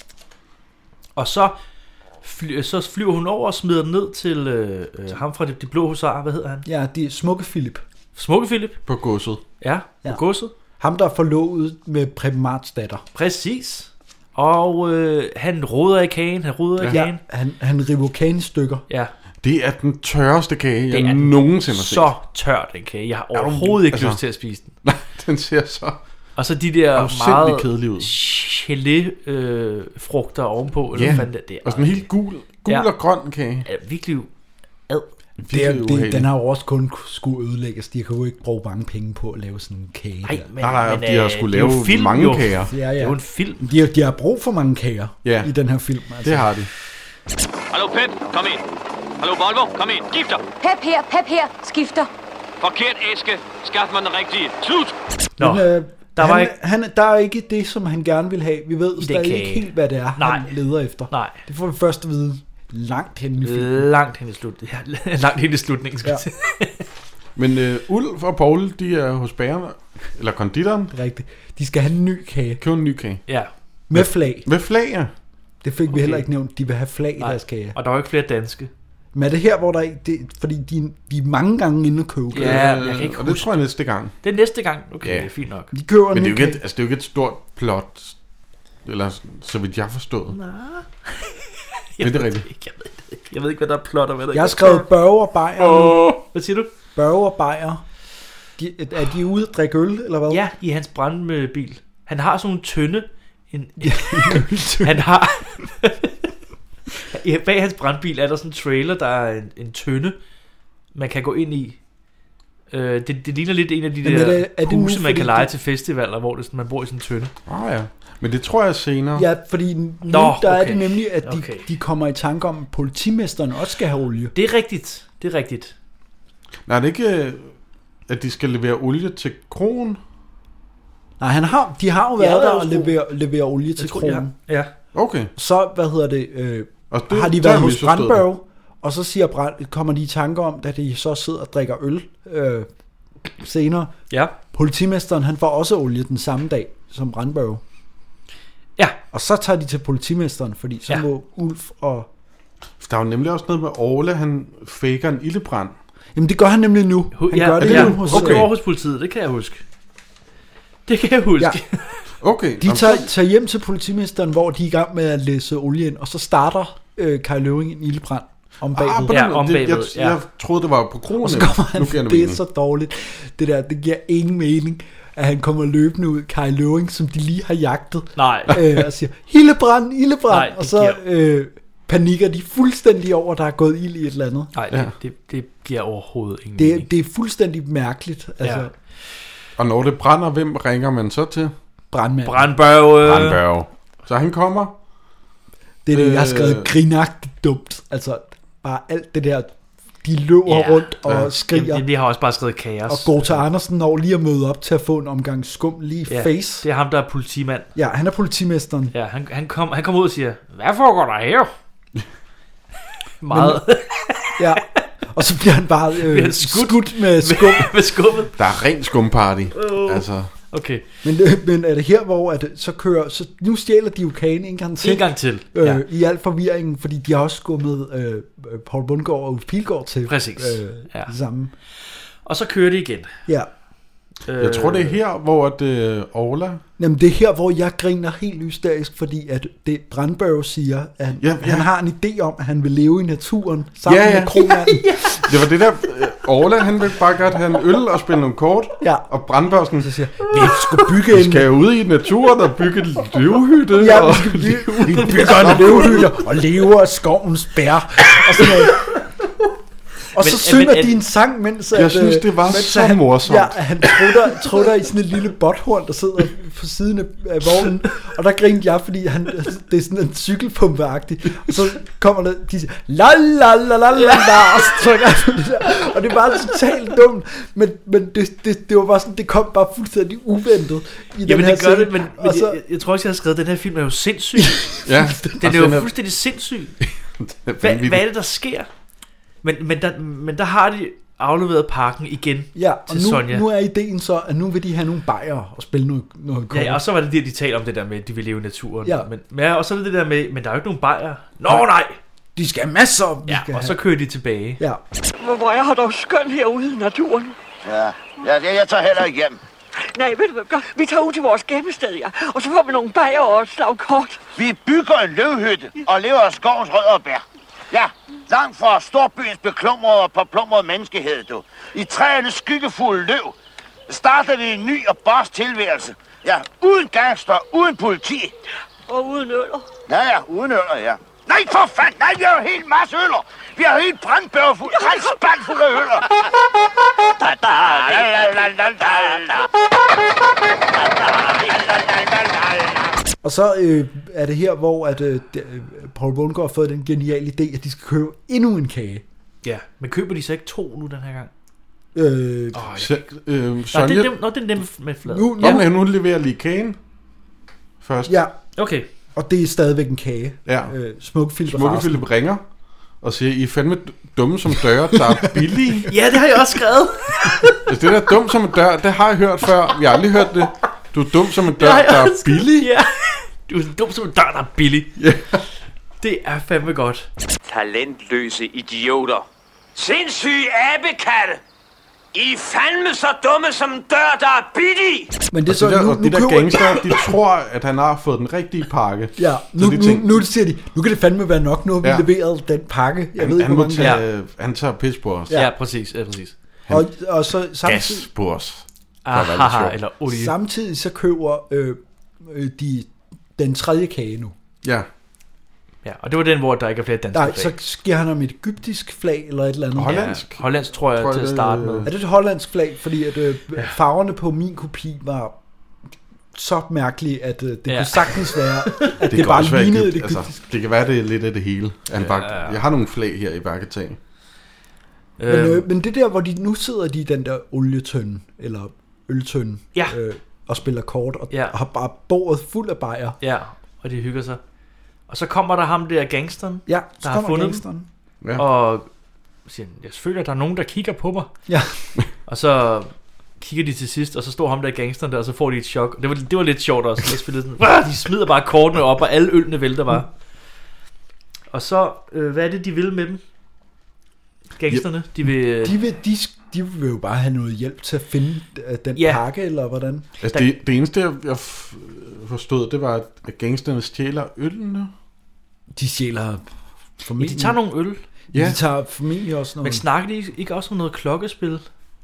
Og så, fly, så flyver hun over og smider den ned til øh, ham fra de, de blå husar, hvad hedder han? Ja, det er Smukke Philip. Smukke Philip? På godset. Ja, på ja. godset. Ham, der er forlovet med Preben Marts datter. Præcis. Og øh, han roder i kagen, han roder ja. i kagen. Ja, han, han river kagen i stykker. Ja. Det er den tørreste kage, jeg det nogensinde har set. Så tør den kage. Jeg har overhovedet ikke altså, lyst til at spise den. Nej, den ser så... Og så de der meget kedelige ud. gelé øh, frugter ovenpå. Ja, eller det, det og sådan en helt gul, gul ja. og grøn kage. Ja, virkelig ad. Det er, det, den har jo også kun skulle ødelægges. De kan jo ikke bruge mange penge på at lave sådan en kage. Ej, men, nej, nej, men, de har skulle lave film, mange jo. kager. Ja, ja. Det er jo en film. De har, de har brug for mange kager ja. i den her film. Altså. Det har de. Hallo Pep, kom ind. Hallo Volvo, kom ind. Skifter. Pep her, Pep her. Skifter. Forkert æske. Skaff mig den rigtige. Slut. Nå. Men, øh, Der, han, var ikke... han, der er ikke det, som han gerne vil have. Vi ved stadig ikke helt, hvad det er, Nej. han leder efter. Nej. Det får vi først at vide langt hen i filmen. Langt hen i slutningen. Ja, langt hen i slutningen, skal ja. Men øh, Ulf og Paul, de er hos bageren, eller konditoren. Det er rigtigt. De skal have en ny kage. Køb en ny kage. Ja. Med flag. Med flag, ja. Det fik okay. vi heller ikke nævnt. De vil have flag Nej. i deres kage. Og der er jo ikke flere danske. Men er det her, hvor der ikke... Det, fordi de, de er mange gange inde og købe. Ja, jeg kan ikke og huske. det tror jeg næste gang. Det er næste gang. Okay, ja. det er fint nok. De køber Men det er, jo ikke et, altså, det er jo ikke et stort plot, eller så vidt jeg har forstået. Nej. Men det er rigtigt. Jeg ved ikke, jeg ved ikke hvad der er plot og hvad der jeg har skrevet Børge og Bajer. Oh. Hvad siger du? Børge og Bajer. De, er de ude at drikke øl, eller hvad? Ja, i hans brandbil. Han har sådan en tynde. En, han har... ja, bag hans brandbil er der sådan en trailer, der er en, en tønde, man kan gå ind i. Øh, det, det ligner lidt en af de Men der er det- er det nu, huse, man fordi kan lege det- til festivaler, hvor det, sådan, man bor i sådan en tønde. Ah ja, men det tror jeg senere. Ja, fordi nu Nå, der er okay. det nemlig, at de, Okay. de kommer i tanke om, at politimesteren også skal have olie. Det er rigtigt, det er rigtigt. Nej, det er ikke, øh, at de skal levere olie til kronen. Nej, han har, de har jo Ja, været der der er og også god- levere, levere olie til tror, de har- kronen. Ja. Okay. Så, hvad hedder det, øh, Og det har de der været har vi hos misforstået Brandberg, og så siger Brand, kommer de i tanke om, da de så sidder og drikker øl øh, senere. Ja. Politimesteren, han får også olie den samme dag som Brandberg. Ja. Og så tager de til politimesteren, fordi så Ja. ja. må Ulf og... Der er jo nemlig også noget med Orla, han faker en ildebrand. Jamen det gør han nemlig nu. Han ja, gør det ja, nu hos... okay. Over hos politiet, det kan jeg huske. Det kan jeg huske. Ja. Okay. De tager, tager hjem til politimesteren, hvor de er i gang med at læse olie ind, og så starter øh, Kai Løving en ildebrand om bagved. Ah, på den måde. Det- jeg, jeg troede, det var på kronen. Og så kommer han, Nu giver det det er mening. så dårligt. Det der, det giver ingen mening, at han kommer løbende ud, Kai Løving, som de lige har jagtet. Nej. Øh, og siger, ildebrand, ildebrand. Nej, det og så øh, panikker de fuldstændig over, der er gået ild i et eller andet. Nej, det, det, det giver overhovedet ingen Det, mening. det er fuldstændig mærkeligt. Altså, Ja. Og når det brænder, hvem ringer man så til? Brandmand. Brandberg. Brandberg. Så han kommer. Det er det, jeg har Øh. skrevet grinagtigt dumt. Altså, bare alt det der, de løber Ja. rundt og Ja. skriger. Jamen, de har også bare skrevet kaos. Og Gota Andersen når lige at møde op til at få en omgang skum lige i Ja, face. det er ham, der er politimand. Ja, han er politimesteren. Ja, han, han, kom, han kommer ud og siger, hvad foregår der her? Meget. Ja, og så bliver han bare øh, Bliver han skudt, skudt. skudt med skum. med skummet. Der er ren skumparty. Oh. Altså. Okay. Men, øh, men er det her, hvor at, så kører, så nu stjæler de jo kagen en gang til. En gang til, Øh, ja. I al forvirringen, fordi de har også skummet øh, Paul Bundgaard og Ulf Pilgaard til. Præcis. Øh, Ja. det samme. Og så kører det igen. Ja. Jeg tror, det er her, hvor det er Orla. Jamen, det er her, hvor jeg griner helt hysterisk, fordi at det Brandberg siger, at han, Ja, ja, ja. han har en idé om, at han vil leve i naturen sammen Ja, ja. med Kronmanden. Det var det der, øh, Orla, han vil bare godt have en øl og spille nogle kort. Ja. Og Brandberg sådan, så siger, vi skulle bygge vi en... skal ud i naturen og bygge en løvhytte. Ja, og vi skal bygge, vi leve i bygger en løvhytte og lever af skovens bær. Og sådan noget. Og Men- så synger men- de en sang, mens... Jeg at, synes, øh, det var mens så han, morsomt. Ja, han trutter, trutter i sådan et lille botthorn, der sidder på siden af, af vognen. Og der grinte jeg, fordi han, det er sådan en cykelpumpe-agtigt. Og så kommer der, de siger, la la la la la la, og så trykker jeg på det der. Og det var totalt dumt. Men, men det, det, det var bare sådan, det kom bare fuldstændig uventet i den Jamen her det gør scene. det, men, men Og så, jeg, jeg tror også, jeg har skrevet, at den her film er jo sindssyg. Ja, Den altså, er den jo er- fuldstændig sindssyg. Det er Hvad, vanvittigt. hvad er det, der sker? Men, men, der, men der har de afleveret pakken igen ja, og til nu, Sonja. nu er ideen så, at nu vil de have nogle bajere og spille noget, noget Ja, ja, og så var det det, de taler om det der med, at de vil leve i naturen. Ja. Men, men ja, og så er det det der med, men der er jo ikke nogen bajer. Nå nej! De skal have masser. De Ja, skal og så have. kører de tilbage. Ja. Hvor, hvor jeg har dog skønt herude i naturen. Ja, ja det, jeg tager heller hjem. Nej, ved du hvad vi gør? Vi tager ud til vores gemmested, ja. Og så får vi nogle bajer og et slag kort. Vi bygger en løvhytte og lever af skovens rødder og bær. Ja, langt fra storbyens beklumrede og forplumrede menneskehed, du. I træernes skyggefulde løv starter vi en ny og bars tilværelse. Ja, uden gangster, uden politi. Og uden øller. Ja, ja, uden øller, ja. Nej, for fanden! Nej, vi har jo en hel masse øller! Vi har helt Brandberg fuld, tre spand fuld af øller! Da, da, la, la, la, la, la, la. Da, da, la, la, la, la, la. Og så øh, er det her, hvor at, øh, de- øh, Paul Bundgaard har fået den geniale idé, at de skal købe endnu en kage. Ja, men køber de så ikke to nu den her gang? Øh, Oh, Så, øh, Nå, Sonja, det er dem, nå, det er dem med flad. nu, ja. nu, men hun leverer lige kagen først. ja, Okay. og det er stadigvæk en kage. Ja. Øh, Smukfilm Smukke Philip ringer og siger, I er fandme dumme som døre, der er billige. Ja, det har jeg også skrevet. Altså, det der dum som en dør, det har jeg hørt før. Jeg har aldrig hørt det. Du er dum som en dør, Det har jeg der er også- billig. Ja. Du er dum som en dør, der er billig. Ja. Det er fandme godt. Talentløse idioter. Sindssyge abekatte. I er fandme så dumme som en dør, der er billig. Men det er Og så, de der, nu, og nu de der køber gangster, de tror, at han har fået den rigtige pakke. Ja, nu, Så de nu, tænker, nu siger de, nu kan det fandme være nok, nu har vi Ja. leveret den pakke. Jeg han, ved ikke, han, hvor må mange tage, han tager pis på os. Ja, ja præcis. Ja, præcis. og, og så Gas samtidig, på os. være lidt Aha, sjovt. eller olie. samtidig så køber øh, øh, de den tredje kage nu. Ja. Ja, og det var den, hvor der ikke er flere danske Nej, flag. så giver han ham et egyptisk flag eller et eller andet. Hollandsk. Ja, hollandsk tror jeg, Tror jeg, til at det- starte med. Er det et hollandsk flag? Fordi at øh, farverne på min kopi var så mærkelige, at øh, det Ja. kunne sagtens være, at det, det kan bare også være lignede Egypt- et altså, egyptisk. det kan være, det er lidt af det hele. Han Ja. bare, jeg har nogle flag her i bakketagen. Men, øh, men det der, hvor de nu sidder de i den der olietønde, eller øltønde, Ja. øh, og spiller kort, og, Ja. og har bare bordet fuld af bajer. Ja, og de hygger sig. Og så kommer der ham der gangsteren, Ja, så der har kommer fundet gangsteren. dem, Ja. og siger, jeg føler, at der er nogen, der kigger på mig. Ja. Og så kigger de til sidst, og så står ham der gangsteren der, og så får de et chok. Det var, det var lidt sjovt også. Jeg spillede sådan, "Wah!" De smider bare kortene op, og alle ølene vælter bare. Og så, øh, hvad er det, de vil med dem? Gangsterne, de vil... De vil, de, de vil jo bare have noget hjælp til at finde øh, den Ja. pakke, eller hvordan? Altså, det, det eneste, jeg, jeg f- forstod, det var, at gangsterne stjæler ølene. De stjæler Ja, formentlig... de tager nogle øl. Ja. De tager formentlig også noget... Men snakker de ikke også om noget klokkespil?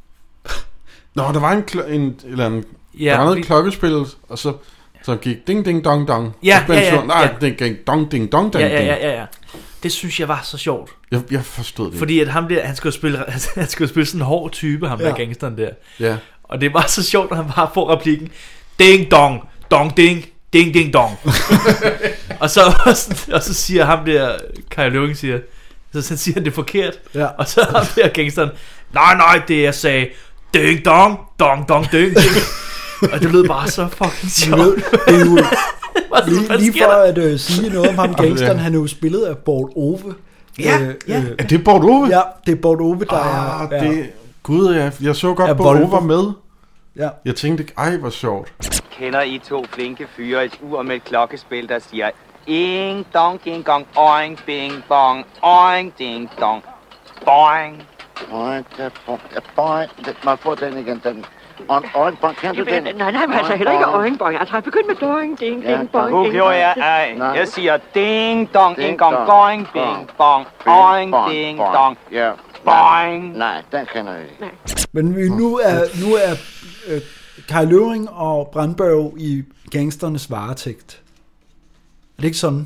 Nå, der var en, kl- en eller anden, Ja, der var noget vi- klokkespil, og så, så gik ding ding dong dong. Ja, Og så blev ja, han ja, sådan, Nej, ja. ding ding dong ding dong ding Ja, ja, ding. ja, ja, ja. Det synes jeg var så sjovt. Jeg, jeg forstod det. Fordi at ham der, han skulle spille, han skulle spille sådan en hård type, ham ja. Ja. der gangsteren der. Ja. Og det var så sjovt, at han bare får replikken, ding dong, dong ding, ding ding dong. og, så, og så siger ham der, Kai Løving siger, så så siger han det forkert. Ja. Og så ham der gangsteren, nej nej, det jeg sagde, ding dong, dong dong ding ding. Og det lød bare så fucking Du sjovt. ved, det er jo, Hvad lige, lige sker for der? at øh, sige noget om ham gangsteren, han er jo spillet af Bort Ove. Ja, Øh, ja. øh, Er det Bort Ove? Ja, det er Bort Ove, der Ah, er... det, Gud, jeg, jeg så godt, Er Bort Ove Volvo. var med. Ja. Jeg tænkte, ej, hvor sjovt. Kender I to flinke fyre et ur med et klokkespil, der siger Ing dong ding gong, oing bing bong, oing ding dong, boing. Boing, der, der, boing. Lad mig få den igen. Den. Og, og, og, kan du den? Nej, nej, men altså heller ikke øjenbøj. Altså, han begyndte med doing, ding, Ja, ding, boing, Nu ding, gjorde jeg ding. ej. Nej. Jeg siger ding dong Ding ding gong, dong, boing bong, bing bong, oing Boing, ding boing. dong, Ja. boing. Nej, den kender jeg ikke. Men vi- nu er, nu er øh, Kai Løving og Brandberg i gangsternes varetægt. Er det ikke sådan?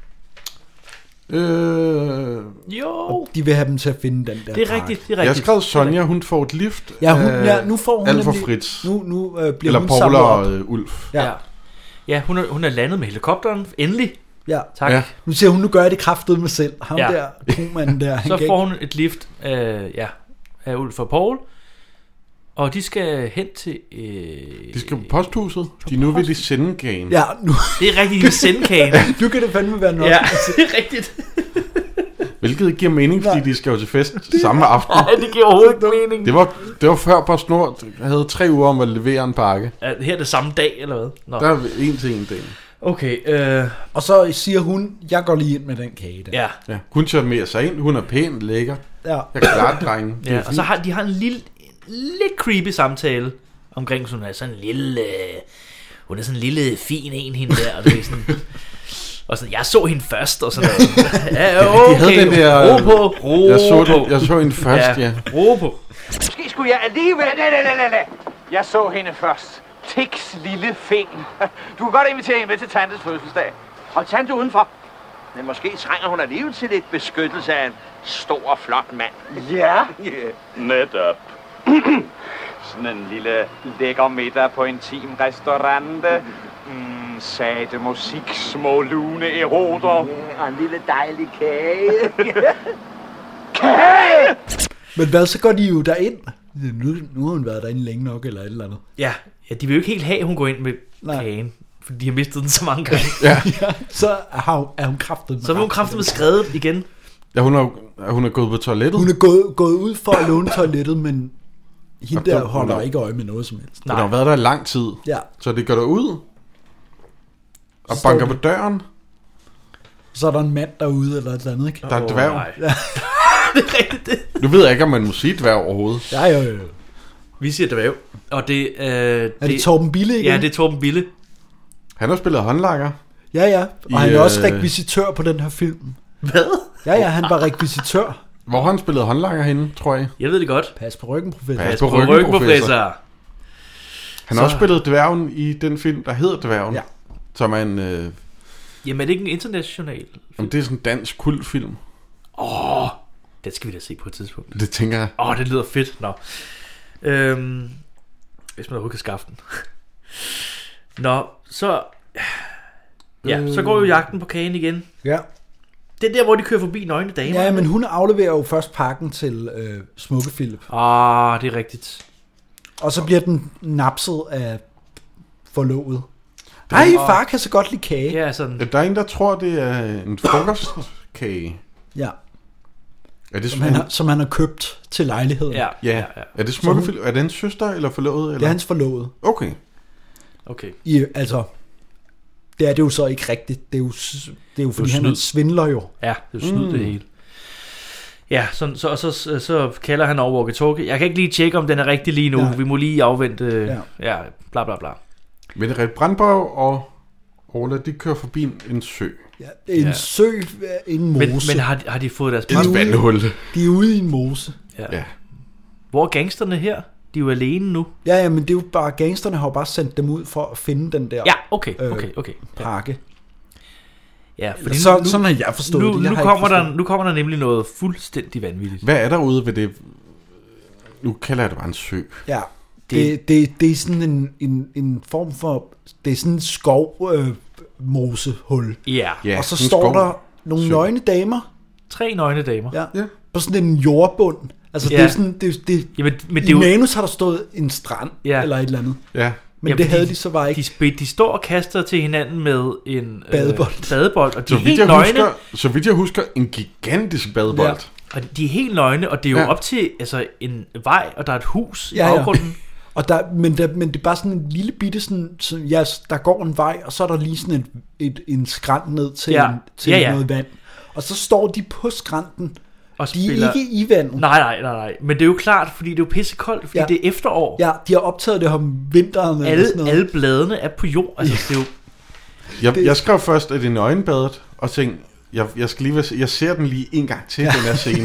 Øh, Jo, De vil have dem til at finde den der det er pakke. rigtigt, det er jeg rigtigt. skrev Sonja, hun får et lift. Ja, hun, af ja, nu får hun Alt for nemlig- Fritz. Nu, nu øh, bliver Eller hun Paula samlet op. og øh, Ulf. Ja. Ja, ja hun, er, hun er landet med helikopteren, endelig. Ja. Tak. Ja. Nu siger hun, nu gør jeg det kraftet med selv. Ham Ja. der, kromanden der. han Så kan får ikke- hun et lift af, ja, af Ulf og Poul, og de skal hen til... Øh, De skal på posthuset. De nu vil de sende gagen. Ja, nu, Det er rigtigt, de vil sende kagen. nu kan det fandme være nok. Ja, det er rigtigt. Hvilket ikke giver mening, fordi Nej. de skal jo til fest samme aften. Nej, det giver overhovedet ikke mening. Det var, det var før PostNord havde tre uger om at levere en pakke. Er her er det samme dag, eller hvad? Nå. Der er en til en dag. Okay, øh, Og så siger hun, jeg går lige ind med den kage der. ja. Ja. Hun charmerer sig ind. Hun er pæn, lækker. Ja. Jeg kan klare det, drenge. Det er ja. Og fint. så har de har en lille, en lidt creepy samtale omkring, sådan, hun er sådan en lille... Øh, hun er sådan en lille fin en, hende der, og det er sådan... Og sådan, jeg så hende først, og sådan noget. Ja, okay, de havde den der- ro på, ro Jeg så, på. det, jeg så hende først, ja. Ro på. Måske skulle jeg alligevel... Nej, nej, nej, nej, nej. Jeg så hende først. Tix lille fen. Du kan godt invitere hende med til tantes fødselsdag. Og tante udenfor. Men måske trænger hun alligevel til lidt beskyttelse af en stor og flot mand. Ja. Netop. Sådan en lille lækker middag på intim restaurante. Mm, sate musik, små lune eroter. Og en lille dejlig kage. Kage! Men hvad, så går de jo derind. Nu, nu har hun været derinde længe nok, eller et eller andet. Ja, ja, de vil jo ikke helt have, at hun går ind med Nej. kagen. Fordi de har mistet den så mange gange. Ja, så har hun, er hun kraftet med Så er hun kraftet med skredet igen. Ja, hun er, hun er gået på toilettet. Hun er gået, gået ud for at låne toilettet, men hende Og der hun- holder hun er- ikke øje med noget som helst. Hun har været der i lang tid. Ja. Så det går der ud og Så står banker de- på døren. Så er der en mand derude, eller et eller andet, ikke? Der er et dværg. nej. Ja. Nu ved jeg ikke, om man må sige dværg overhovedet. Ja, jo, jo. Vi siger dværg. Og det, øh, Er det Torben Bille igen? Ja, det er Torben Bille. Han har spillet håndlanger. Ja, ja. Og I, han er også øh, rekvisitør på den her film. Hvad? Ja, ja, han var rekvisitør. Hvor har han spillet håndlanger henne, tror jeg? Jeg ved det godt. Pas på ryggen, professor. Pas På på ryggen, ryggen, professor. professor. Han har Så- også spillet dværgen i den film, der hedder Dværgen. Ja. Som er en, øh, Jamen er det ikke en international? Jamen, det er sådan en dansk kultfilm. Åh, oh, det skal vi da se på et tidspunkt. Det tænker jeg. Åh, oh, det lyder fedt. Nå. Øhm, hvis man overhovedet kan skaffe den. Nå, så... Ja, øh... så går jo jagten på kagen igen. Ja. Det er der, hvor de kører forbi nøgne damer. Ja, men hun afleverer jo først pakken til øh, Smukke Philip. Ah, det er rigtigt. Og så bliver den napset af forlovet. Ej, far kan så godt lide kage. Ja, sådan. Der er en, der tror, det er en frokostkage. Ja. Er det som, han har, som han har købt til lejligheden. Ja, ja. ja. Er det Smukke Philip? Er det hans søster eller forlovet? Eller? Det er hans forlovet. Okay. Okay. I, altså, det er det jo så ikke rigtigt. Det er jo, det er jo fordi det er han er svindler jo. Ja, det er jo snyd mm. det hele. Ja, så, så, så, så, så kalder han over walkie-talkie. Jeg kan ikke lige tjekke, om den er rigtig lige nu. Ja. Vi må lige afvente. Ja, ja bla bla bla. Mette Brandborg og Orla, de kører forbi en, en sø. Ja, en ja. sø, en mose. Men, men har, de, har de fået deres pas? Et vandhul. De er ude i en mose. Ja. ja. Hvor er gangsterne her? De er jo alene nu. Ja, ja, men det er jo bare, gangsterne har jo bare sendt dem ud for at finde den der ja, okay, okay, okay. pakke. Ja, fordi så, nu, sådan har jeg forstået nu, det. Jeg nu, kommer der, nu kommer der nemlig noget fuldstændig vanvittigt. Hvad er der ude ved det? Nu kalder jeg det bare en sø. Ja, det, det, det er sådan en, en, en form for, det er sådan en skov øh, mosehul. Ja. ja. Og så står der nogle sø. nøgne damer. Tre nøgne damer. Ja. ja. På sådan en jordbund. Altså ja. det er sådan, det, det, Jamen, men det i jo... manus har der stået en strand ja. eller et eller andet. Ja. Men ja, det havde de, de så bare ikke. De, de står og kaster til hinanden med en badebold, øh, badebold og de så er helt jeg nøgne. Husker, så vidt jeg husker, en gigantisk badebold. Ja. Og de er helt nøgne, og det er jo ja. op til altså, en vej, og der er et hus ja, i baggrunden. Ja. Og der, men, der, men det er bare sådan en lille bitte sådan, så, ja, der går en vej, og så er der lige sådan et, et, en skrant ned til, ja. en, til ja, ja. noget vand. Og så står de på skrænten. Og de spiller... er ikke i vandet. Nej, nej, nej, nej. Men det er jo klart, fordi det er jo pissekoldt, fordi ja. det er efterår. Ja, de har optaget det om vinteren. Alle, eller alle bladene er på jord. Altså, det er jo... jeg, det... jeg skrev først, at det er nøgenbadet, og tænkte, jeg, jeg, skal lige, jeg ser den lige en gang til, ja. den her scene.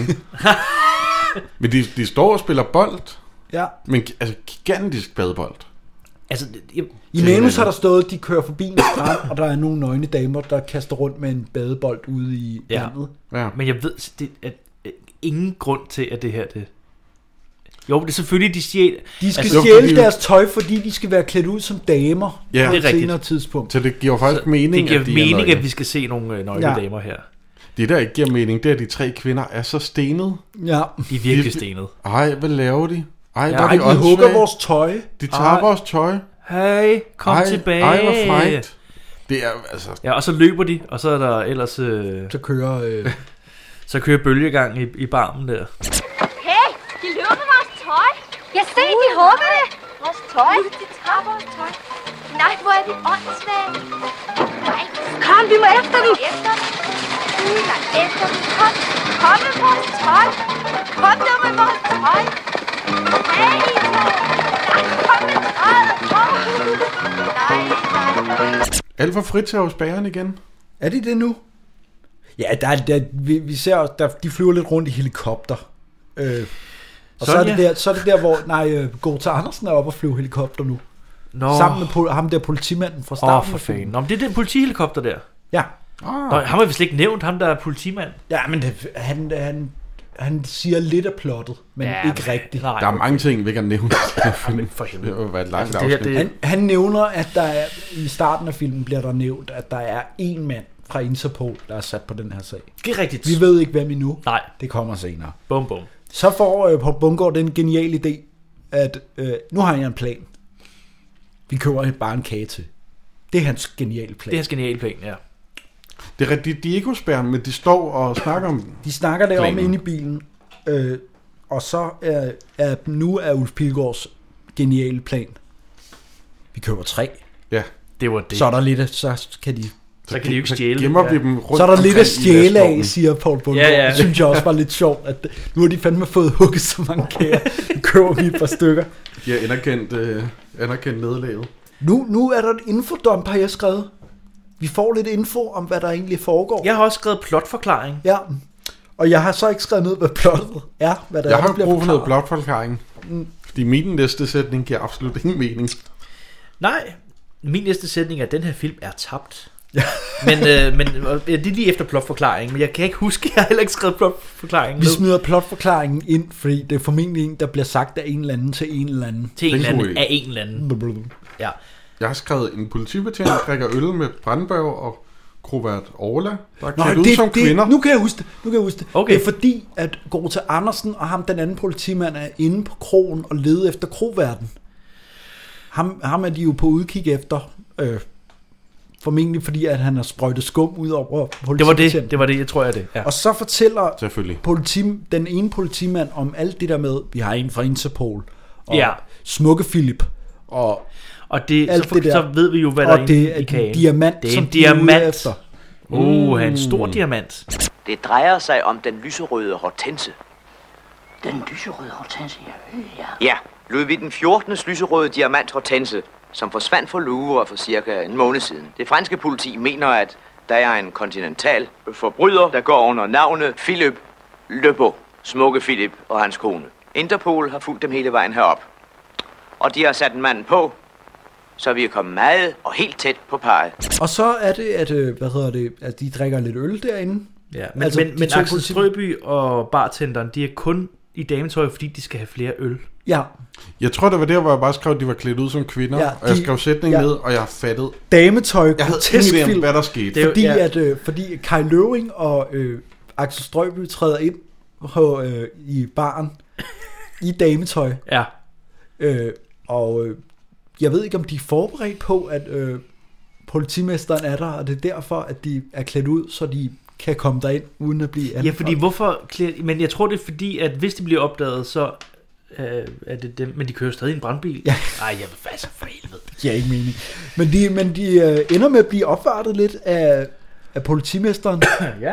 Men de, de står og spiller bold. Ja. Men altså, gigantisk badebold. Altså, jeg... I manus har der stået, at de kører forbi en strand, og der er nogle nøgne damer, der kaster rundt med en badebold ude i ja. vandet. Ja. Men jeg ved, det er ingen grund til, at det her, det... Jo, det er selvfølgelig, de stjæler... De skal altså, stjæle deres tøj, fordi de skal være klædt ud som damer ja. på et senere tidspunkt. Så det giver faktisk så mening, det giver at de mening, at vi skal se nogle nøgne ja. damer her. Det der ikke giver mening, det er, at de tre kvinder er så stenet. Ja. De er virkelig stenet. Ej, hvad laver de? Ej, ja, ej, de, de hugger vores tøj. De tager ej. vores tøj. Hey, kom ej, tilbage. Ej, hvor frækt. Det er altså... Ja, og så løber de, og så er der ellers... Øh... Så kører... Øh... så kører bølgegang i, i barmen der. Hey, de løber med vores tøj. Jeg ser, de hugger det. Vores tøj? De tager vores tøj. Nej, hvor er det åndssvagt. Nej. Kom, vi må efter dem. Efter dem. Nej, efter dem. Kom, kom med vores tøj. Kom nu med vores tøj. Hey, I to. Nej, kom med tøjet. Kom. Nej, nej, nej. Alt for frit til hos bageren igen. Er de det nu? Ja, der, der, vi, vi ser, der, de flyver lidt rundt i helikopter. Øh, og så, så, er det der, så er det der, hvor nej, Gorta Andersen er oppe og flyve helikopter nu. Nå. Sammen med pol- ham der politimanden fra starten. Åh, oh, for fanden. Nå, men det er den politihelikopter der. Ja. Oh. Nå, ham har vi slet ikke nævnt, ham der er politimand. Ja, men det, han, han, han siger lidt af plottet, men ja, ikke rigtigt. Nej, der er mange ting, vi kan nævne. Ja, men for helvede. Det var et langt altså, det, det... han, han nævner, at der er, i starten af filmen bliver der nævnt, at der er en mand fra Interpol, der er sat på den her sag. Det er rigtigt. Vi ved ikke, hvem endnu. Nej. Det kommer senere. Bum, bum. Så får øh, Poul Bundgaard den geniale idé, at øh, nu har jeg en plan. Vi køber bare en kage til. Det er hans geniale plan. Det er hans geniale plan, ja. Det er rigtigt, de er ikke hos Bæren, men de står og snakker om De snakker derom inde i bilen. Øh, og så er, er nu er Ulf Pilgaards geniale plan. Vi køber tre. Ja. Det var det. Så er der lidt, så kan de... Så kan de jo ikke stjæle. Gemmer ja. vi dem rundt. Så er der lidt at stjæle af, siger Poul Bundgaard. Ja, ja. Det synes jeg også var lidt sjovt, at nu har de fandme fået hugget så mange kager. Nu køber vi et par stykker. De har anerkendt, øh, anerkendt nederlaget. Nu, nu er der et infodump, har jeg skrevet. Vi får lidt info om, hvad der egentlig foregår. Jeg har også skrevet plotforklaring. Ja, og jeg har så ikke skrevet ned, hvad plottet er. Hvad der jeg er, har brug for noget plotforklaring. Mm. Fordi min næste sætning giver absolut ingen mening. Nej, min næste sætning er, at den her film er tabt. men, øh, men øh, det er lige efter plotforklaringen, men jeg kan ikke huske, jeg har heller ikke skrevet plotforklaringen. Vi smider plotforklaringen ind, fordi det er formentlig en, der bliver sagt af en eller anden til en eller anden. Til en eller anden, af en eller anden. Ja. Jeg har skrevet en politibetjent, der drikker øl med Brandberg og Krovert Orla, der er Nå, klædt ud det, som det, kvinder. Nu kan jeg huske det. Nu kan jeg huske det. Okay. Det er fordi, at Gorta Andersen og ham, den anden politimand, er inde på krogen og leder efter kroværten. Ham, ham er de jo på udkig efter. Øh, formentlig fordi, at han har sprøjtet skum ud over politibetjenten. Det var det, det var det, jeg tror jeg det. Ja. Og så fortæller politi, den ene politimand om alt det der med, vi har en fra Interpol, og ja. Smukke Philip, og Og det, alt så, for, det der. så ved vi jo, hvad og der er det i er kagen. en diamant, det er som en de er ude diamant. efter. Uh, en stor diamant. Det drejer sig om den lyserøde hortense. Den lyserøde hortense, ja. ja. Ja, Ludvig den fjortendes lyserøde diamant hortense, som forsvandt fra Louvre for cirka en måned siden. Det franske politi mener, at der er en kontinental forbryder, der går under navnet Philippe Lebeau, Smukke Philip og hans kone. Interpol har fulgt dem hele vejen herop. Og de har sat en mand på, så vi er kommet meget og helt tæt på parret. Og så er det, at, hvad hedder det, at de drikker lidt øl derinde. Ja, men, altså, men, men to Axel politi- Strøby og bartenderen, de er kun i dametøj, fordi de skal have flere øl. Ja. Jeg tror, det var der, hvor jeg bare skrev, at de var klædt ud som kvinder, Ja, ja, og jeg de- skrev sætningen ja. ned, og jeg har fattet. Dametøj, Jeg havde grotesk ingen idé om, film. hvad der skete. Det er jo- Fordi, ja. at, øh, fordi Kai Løving og øh, Axel Strøby træder ind på, øh, i baren i dametøj. Ja. Øh, og øh, jeg ved ikke, om de er forberedt på, at øh, politimesteren er der, og det er derfor, at de er klædt ud, så de kan komme derind, uden at blive Ja, fordi hvorfor... klæder- Men jeg tror, det er fordi, at hvis de bliver opdaget, så øh, er det dem... Men de kører stadig en brandbil. Ja. Ej, jeg vil altså for helvede. Det giver ikke mening. Men de, men de øh, ender med at blive opvartet lidt af, af politimesteren. Ja.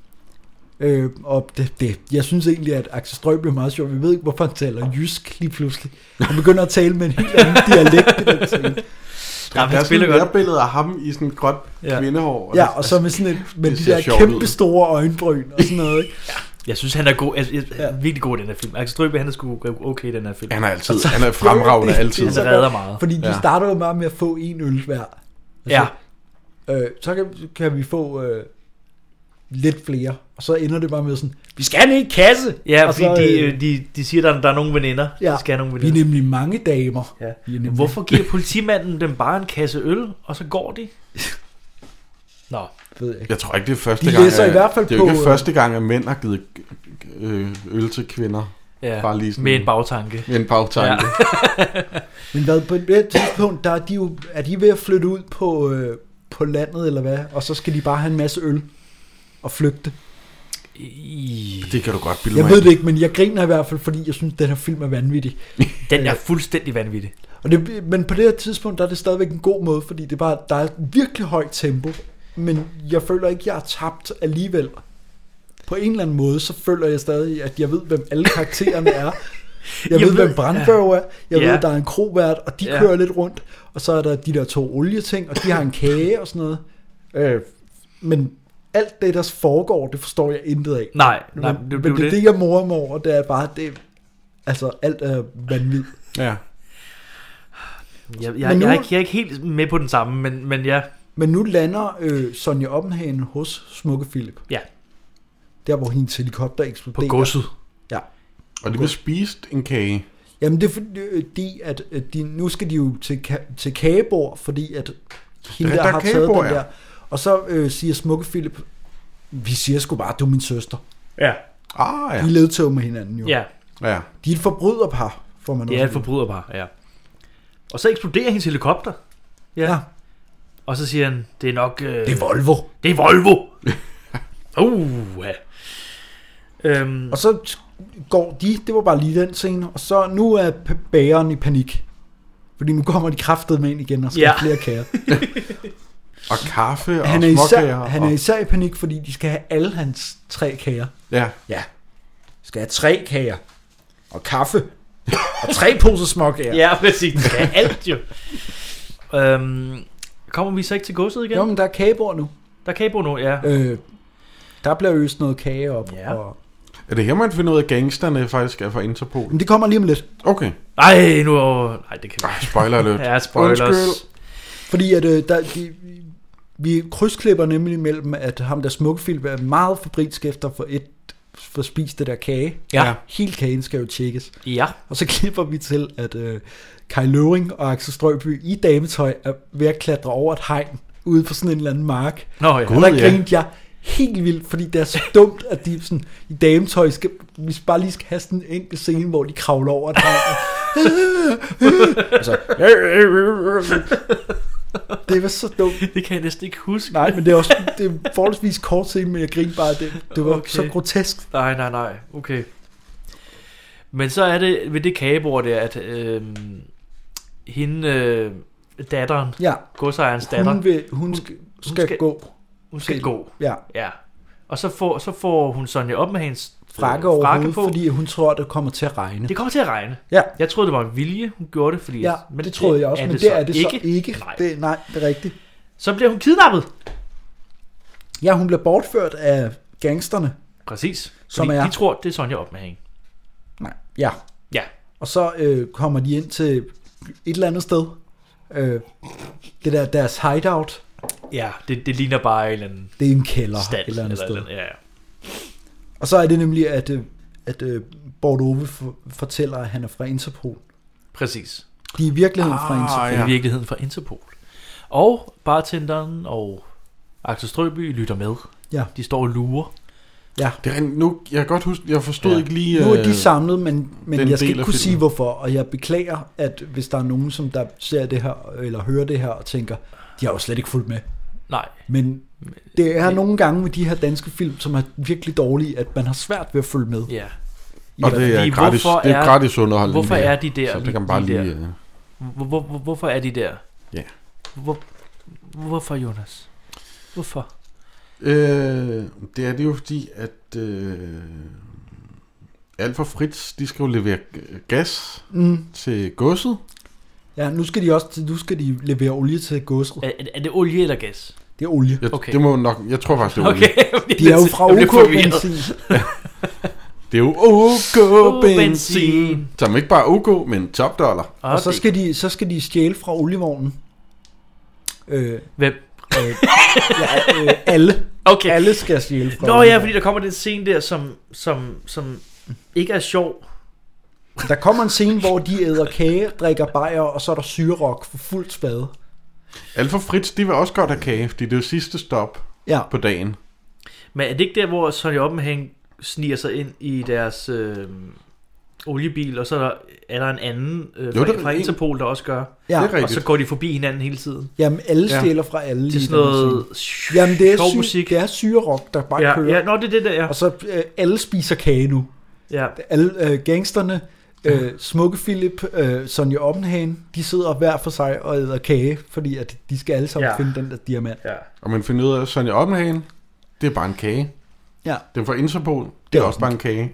Øh, og det, det, jeg synes egentlig, at Axel Strøby er meget sjov. Vi ved ikke, hvorfor han taler jysk lige pludselig. Han begynder at tale med en helt anden dialekt i den scene. Ja, der er sådan et billede af ham i sådan et gråt Ja. kvindehår. Ja, og så med sådan et, med det de ser der sjovt kæmpe ud. store øjenbryn og sådan noget. Ikke? Ja. Jeg synes, han er god. Altså, jeg, ja. virkelig god i den her film. Axel Strøby, han er sgu okay i den her film. Han er altid, han er fremragende altid. Han redder meget. Fordi de Ja. starter jo meget med at få en øl hver. Ja. Øh, så kan, kan vi få øh, lidt flere, og så ender det bare med sådan, vi skal ned i kasse! Ja, og fordi så, de, øh, de, de siger, at der, der er nogle veninder. ja, De skal have nogle vi er veninder. nemlig mange damer. Ja. Vi er nemlig... Hvorfor giver politimanden dem bare en kasse øl, og så går de? Nå. Ved jeg ikke. Jeg tror ikke, det er første De gang. læser at- i hvert fald det er jo på, ikke øh, første gang, at mænd har givet øh, øl til kvinder. Ja, Bare lige sådan, med en bagtanke. Med en bagtanke. Ja. Men hvad, på det tidspunkt, der er de jo er de ved at flytte ud på, øh, på landet, eller hvad? Og så skal de bare have en masse øl og flygte. Det kan du godt bilde Jeg mig ved ind. det ikke, men jeg griner i hvert fald, fordi jeg synes, at den her film er vanvittig. Den er fuldstændig vanvittig. Og det, men på det her tidspunkt, der er det stadigvæk en god måde, fordi det er bare, der er et virkelig højt tempo, men jeg føler ikke, jeg er tabt alligevel. På en eller anden måde, så føler jeg stadig, at jeg ved, hvem alle karaktererne er. Jeg, jeg ved, ved, hvem Brandberg er. Jeg ja. ved, at der er en krovært, og de Ja. kører lidt rundt. Og så er der de der to olieting, og de har en kage og sådan noget. Øh, men alt det, der foregår, det forstår jeg intet af. Nej, nej, men, det- det- men det, det- det, jeg morer mig over, det er bare, det, altså alt er vanvittigt. Ja. Jeg, jeg, Men jeg, nu- er ikke, jeg er ikke helt med på den samme, men, men ja. Men nu lander øh, Sonja Oppenhagen hos Smukke Philip. Ja. Der, hvor hendes helikopter eksploderer. På godset. Ja. Og de vil spise en kage. Jamen det er fordi, at at de, nu skal de jo til, ka- til kagebord, fordi at hende Der- der, der er har taget kagebord, den ja. der. Og så øh, siger Smukke Philip, vi siger sgu bare, du er min søster. Ja. Ah, ja. De er ledtog med hinanden jo. Ja. Ja. De er et forbryderpar, får man Det er også et forbryderpar, ja. Og så eksploderer hendes helikopter. Ja. Ja. Og så siger han, det er nok... Øh, Det er Volvo. Det er Volvo. uh, ja. Øhm, Og så t- går de, det var bare lige den scene, og så nu er p- bageren i panik. Fordi nu kommer de kraftedeme ind igen og skal Ja. have flere kager. Og kaffe og Han er, især, småkager. han er og... især i panik, fordi de skal have alle hans tre kager. Ja. Ja. Skal have tre kager. Og kaffe. Og tre poser småkager. ja, præcis. Det skal alt jo. øhm, kommer vi så ikke til godset igen? Jo, men der er kagebord nu. Der er kagebord nu, ja. Øh, der bliver øst noget kage op. Ja. Og... Er det her, man finder ud af, at gangsterne faktisk er fra Interpol? Men det kommer lige om lidt. Okay. Ej, nu... Nej, det kan vi Ah, spoiler alert. Ja, spoilers. Undskyld. Fordi at øh, der, de, vi krydsklipper nemlig mellem, at ham der Smukfilm er meget fabrilsk efter for et for at spise det der kage. Ja. Hele kagen skal jo tjekkes. Ja. Og så klipper vi til, at øh, Kai Løvring og Axel Strøby i dametøj er ved at klatre over et hegn ude på sådan en eller anden mark. Nå, ja. Og God, der ja. grinte jeg helt vildt, fordi det er så dumt, at de sådan, i dametøj skal, vi bare lige skal have sådan en enkelt scene, hvor de kravler over et hegn. altså, det var så dumt. Det kan jeg næsten ikke huske. Nej, men det er også det er forholdsvis kort scene, men jeg griner bare, det, det var Okay. så grotesk. Nej, nej, nej. Okay. Men så er det ved det kagebord der, at øh, hende, øh, datteren, Ja. godsejerens datter, Hun, vil, hun, skal, skal, skal- gå. hun skal gå. Ja. Ja. Og så får, så får hun Sonja op med hendes Frakke øh, over frakke hovedet, på. fordi hun tror, at det kommer til at regne. Det kommer til at regne. Ja. Jeg troede, det var en vilje, hun gjorde det, fordi... Ja, men det troede jeg også, men det er det så ikke. Nej. Det, nej, det er rigtigt. Så bliver hun kidnappet. Ja, hun bliver bortført af gangsterne. Præcis. Som Fordi er... de tror, det er Sonja op med hende. Nej, ja. Ja. Og så øh, kommer de ind til et eller andet sted. Øh, det der deres hideout. Ja, det, det ligner bare en eller anden... Det er en kælder stald, et eller andet eller, sted. Eller, ja, ja. Og så er det nemlig, at, øh, at øh, Bård Ove for, fortæller, at han er fra Interpol. Præcis. De er i virkeligheden fra Ah, Interpol. ja. I virkeligheden fra Interpol. Og bartenderen og Axel Strøby lytter med. Ja. De står og lurer. Ja. Det er, nu, jeg kan godt huske, jeg forstod Ja. ja. ikke lige... Nu er de øh, samlet, men, men den jeg skal del ikke af kunne sige filmen. hvorfor. Og jeg beklager, at hvis der er nogen, som der ser det her, eller hører det her, og tænker, de har jo slet ikke fulgt med. Nej. Men det er nogle gange med de her danske film, som er virkelig dårlige, at man har svært ved at følge med. Ja. Og det er Fordi gratis, hvorfor det er gratis underholdning. Hvorfor det her. er de der? Så det kan man bare lige... der? øh, Hvor, hvor, hvor, hvorfor er de der? Ja. Hvor, hvorfor, Jonas? Hvorfor? Øh, det er det jo fordi, at øh, Alfa Fritz, de skal jo levere g- gas Mm. til godset. Ja, nu skal de også nu skal de levere olie til godset. Er, er det olie eller gas? Det er olie. Jeg, Okay. det må nok, jeg tror faktisk, det er olie. Okay. De er jo fra Jeg bliver OK forvirret. Benzin. Det er jo OK benzin. benzin. Som ikke bare OK, men top dollar. Ah, Og så det- skal de så skal de stjæle fra olievognen. Øh, Hvem? øh, ja, øh, alle. Okay. Alle skal stjæle fra Nå ja, olievognen. fordi der kommer den scene der, som, som, som ikke er sjov. Der kommer en scene, hvor de æder kage, drikker bajer, og så er der syrerok for fuldt spade. Alfa Fritz, de vil også godt have kage, fordi det er jo sidste stop Ja. på dagen. Men er det ikke der, hvor Sonja Oppenhang sniger sig ind i deres øh, oliebil, og så er der, er der en anden øh, Jo, fra, det er fra en- Interpol, der også gør? Ja. Det er Og rigtigt. så går de forbi hinanden hele tiden. Jamen, alle Ja. stjæler fra alle. Det er i sådan den her noget scene. Jamen, det er, sjov sy- musik. det er syrerok, der bare Ja, kører. ja, nå, det er det der, ja. Og så øh, alle spiser kage nu. ja. Alle øh, gangsterne, øh, Smukke Philip, øh, Sonja Oppenhagen, de sidder hver for sig og æder kage, fordi at de skal alle sammen Ja. finde den der diamant. ja. Og man finder ud af, at Sonja Oppenhagen, det er bare en kage. Ja. Den fra Interpol, det, Det er er også bare en kage.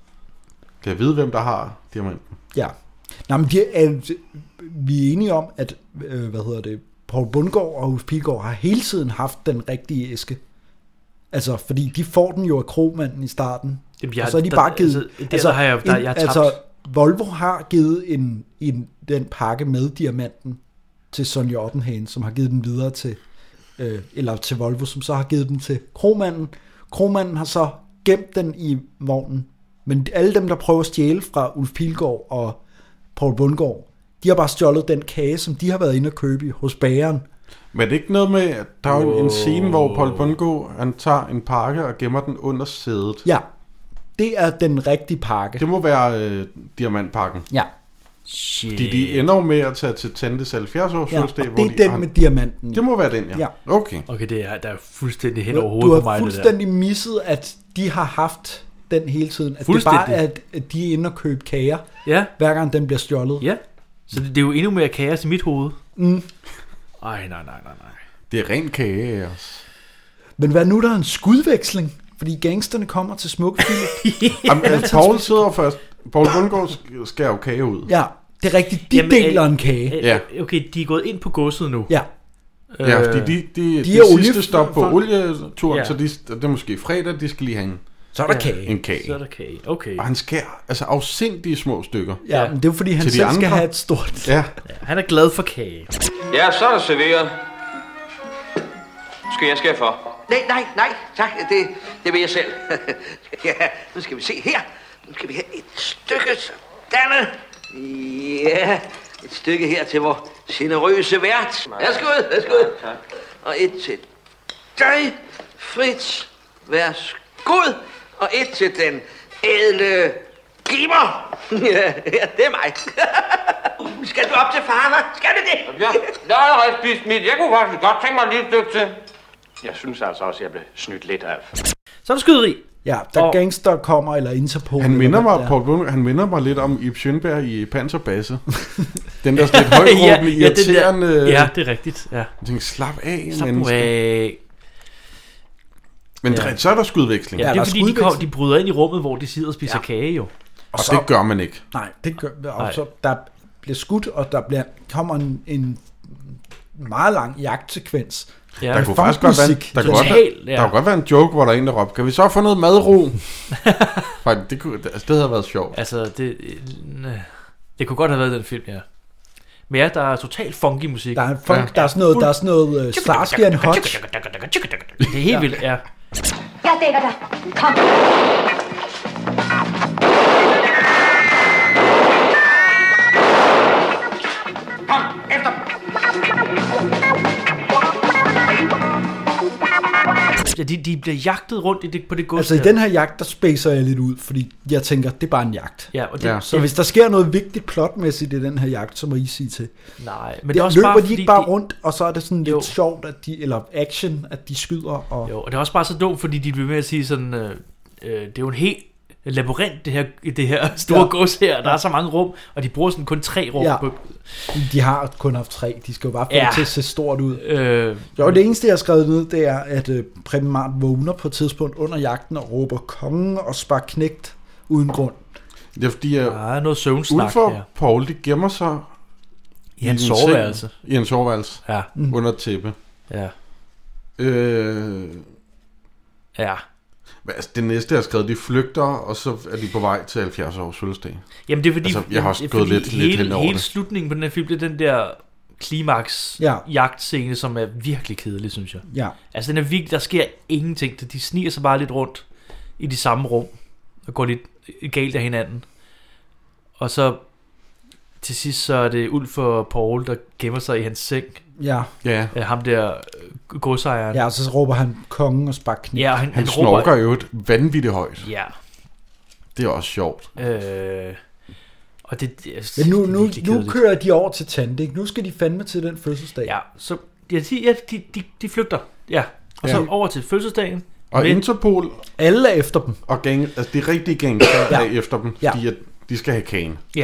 Kan jeg vide, hvem der har diamanten? Ja. Nå, men de er, vi er enige om, at øh, hvad hedder det, Poul Bundgaard og Ulf Pilgaard har hele tiden haft den rigtige æske. Altså, fordi de får den jo af kromanden i starten. Jamen, jeg, og så er de der- bare givet... Altså, det der har jeg, der, en- jeg har tabt. altså, Volvo har givet en, en, den pakke med diamanten til Sonja Oppenhagen, som har givet den videre til, øh, eller til Volvo, som så har givet den til kromanden. Kromanden har så gemt den i vognen, men alle dem, der prøver at stjæle fra Ulf Pilgaard og Poul Bundgaard, de har bare stjålet den kage, som de har været inde og købe hos bageren. Men er det ikke noget med, at der er jo en scene, hvor Paul Bundgaard, han tager en pakke og gemmer den under sædet. Ja, det er den rigtige pakke. Det må være øh, diamantpakken. Ja, Shit. De, de ender jo med at tage til Tantes halvfjerds års ja. Og fødselsdag, det hvor er de, den han- med diamanten. Det må være den, ja. Ja. Okay. Okay, det er, der er fuldstændig hen Du, over du hovedet på har mig, det der. fuldstændig misset, at de har haft den hele tiden. At det Fuldstændig. bare er, at de er inde og købe kager, Ja, hver gang den bliver stjålet. ja. Så det, det er jo endnu mere kaos i mit hoved. Mm. Ej, nej, nej, nej, nej. Det er ren kage, også. Men hvad nu, der er en skudveksling? Fordi gangsterne kommer til Smukke Philip. Jamen, altså, Paul sidder først. Paul Bundgaard sk- skærer jo kage ud. Ja, det er rigtigt. De Jamen, deler øh, en kage. Øh, Ja. Okay, de er gået ind på godset nu. Ja, Ja, fordi de, de, de, de de er sidste olie- stop på fra- olieturen, Ja. så de, det er måske fredag, de skal lige have en, så er der Ja. kage. en kage. Så er der kage. Okay. Og han skærer altså afsindige små stykker. Ja, men det er jo fordi, han Til de selv skal andre. have et stort... Ja, Ja, han er glad for kage. Ja, så er der serveret. Skal jeg skære for? Nej, nej, nej, tak. Det, det vil jeg selv. Ja, nu skal vi se her. Nu skal vi have et stykke sådan. Ja, et stykke her til vor generøse vært. Værsgo, værsgo. Og et til dig, Fritz. Værsgo. Og et til den ædle giver. Ja, det er mig. Skal du op til far, skal du det? Ja, jeg har allerede spist mit. Jeg kunne faktisk godt tænke mig lige et stykke til. Jeg synes altså også, at jeg blev snydt lidt af. Så er der skyderi. Ja, der Og- gangster kommer, eller Interpol. Han eller minder hvad mig, det er. Paul Blum, han minder mig lidt om Ib Schønberg i Panserbasse. Den der sådan lidt højgråbende, ja, det der- irriterende... ja, det er rigtigt. Ja. Jeg tænker, slap af, Slap nu menneske. af. Men Ja. ja. så er der skudveksling. Ja, Ja, det er der er fordi, de, kom, skudveksling. de bryder ind i rummet, hvor de sidder og spiser ja. kage jo. og det gør man ikke. Nej, det gør og Nej. så der bliver skudt, og der bliver, kommer en, en meget lang jagtsekvens. Ja. Der kunne faktisk godt være, Funkmusik. der kunne godt, Total, ja. der kunne godt være en joke, hvor der er en, der råbte, kan vi så få noget madro? Faktisk, det, kunne, altså, det havde været sjovt. Altså, det, øh, det kunne godt have været den film, ja. Men ja, der er total funky musik. Der er, funk, ja. der er sådan noget, der er sådan noget uh, Starsky and Hutch. Det er helt vildt, ja. Jeg dækker dig. Kom. Kom, efter! Ja, de, de bliver jagtet rundt i det, på det gods. Altså i der. den her jagt, der spacer jeg lidt ud, fordi jeg tænker, det er bare en jagt. Ja, og det, Ja. ja. Så hvis der sker noget vigtigt plotmæssigt i den her jagt, så må I sige til. Nej, men Men det er også løber bare de fordi, ikke bare de, rundt, og så er det sådan Jo. lidt sjovt, at de, eller action, at de skyder. Og... Jo, og det er også bare så dumt, fordi de bliver med at sige sådan, øh, øh, det er jo en helt labyrint, det her, det her store Ja. ja. gods her. Der er så mange rum, og de bruger sådan kun tre rum. Ja. På, De har kun haft tre, de skal jo bare få Ja. det til at se stort ud. øh, Jo, det eneste, jeg har skrevet ned, det er, at øh, Preben Mart vågner på et tidspunkt under jagten og råber kongen og sparker knægt uden grund. Det er fordi, at der er noget søvnsnak Ulf og her. Paul, de gemmer sig I hans en soveværelse. seng- I en soveværelse Ja, Mm. under et tæppe. ja, Øh, ja. hvad- altså, det næste, jeg har skrevet, de flygter, og så er de på vej til halvfjerds års fødselsdag. Jamen det er fordi, Altså, jeg har også det er gået fordi lidt- lidt hele, hen over hele det. slutningen på den her film, det er den der klimaks Ja. jagtscene, som er virkelig kedelig, synes jeg. Ja, Altså den er virkelig, der sker ingenting. De sniger sig bare lidt rundt i de samme rum og går lidt galt af hinanden. Og så til sidst så er det Ulf og Paul, der gemmer sig i hans seng. ja, Ja, Ja, ham der øh, godsejeren. ja, og så råber han kongen og sparker knægt. ja og han, han han snorker råber, jo et vanvittigt højt. Ja. Det er også sjovt. Øh, og det, det, er, Men nu, det er nu, virkelig nu kedeligt. kører de over til tante, ikke? Nu skal de fandme til den fødselsdag. Ja, så ja, de, ja, de, de, de flygter. Ja. Og så Ja. over til fødselsdagen. Og Men- Interpol Alle er efter dem. og gang, altså de rigtige gangster Ja. er efter dem, Ja. fordi at de skal have kagen. Ja.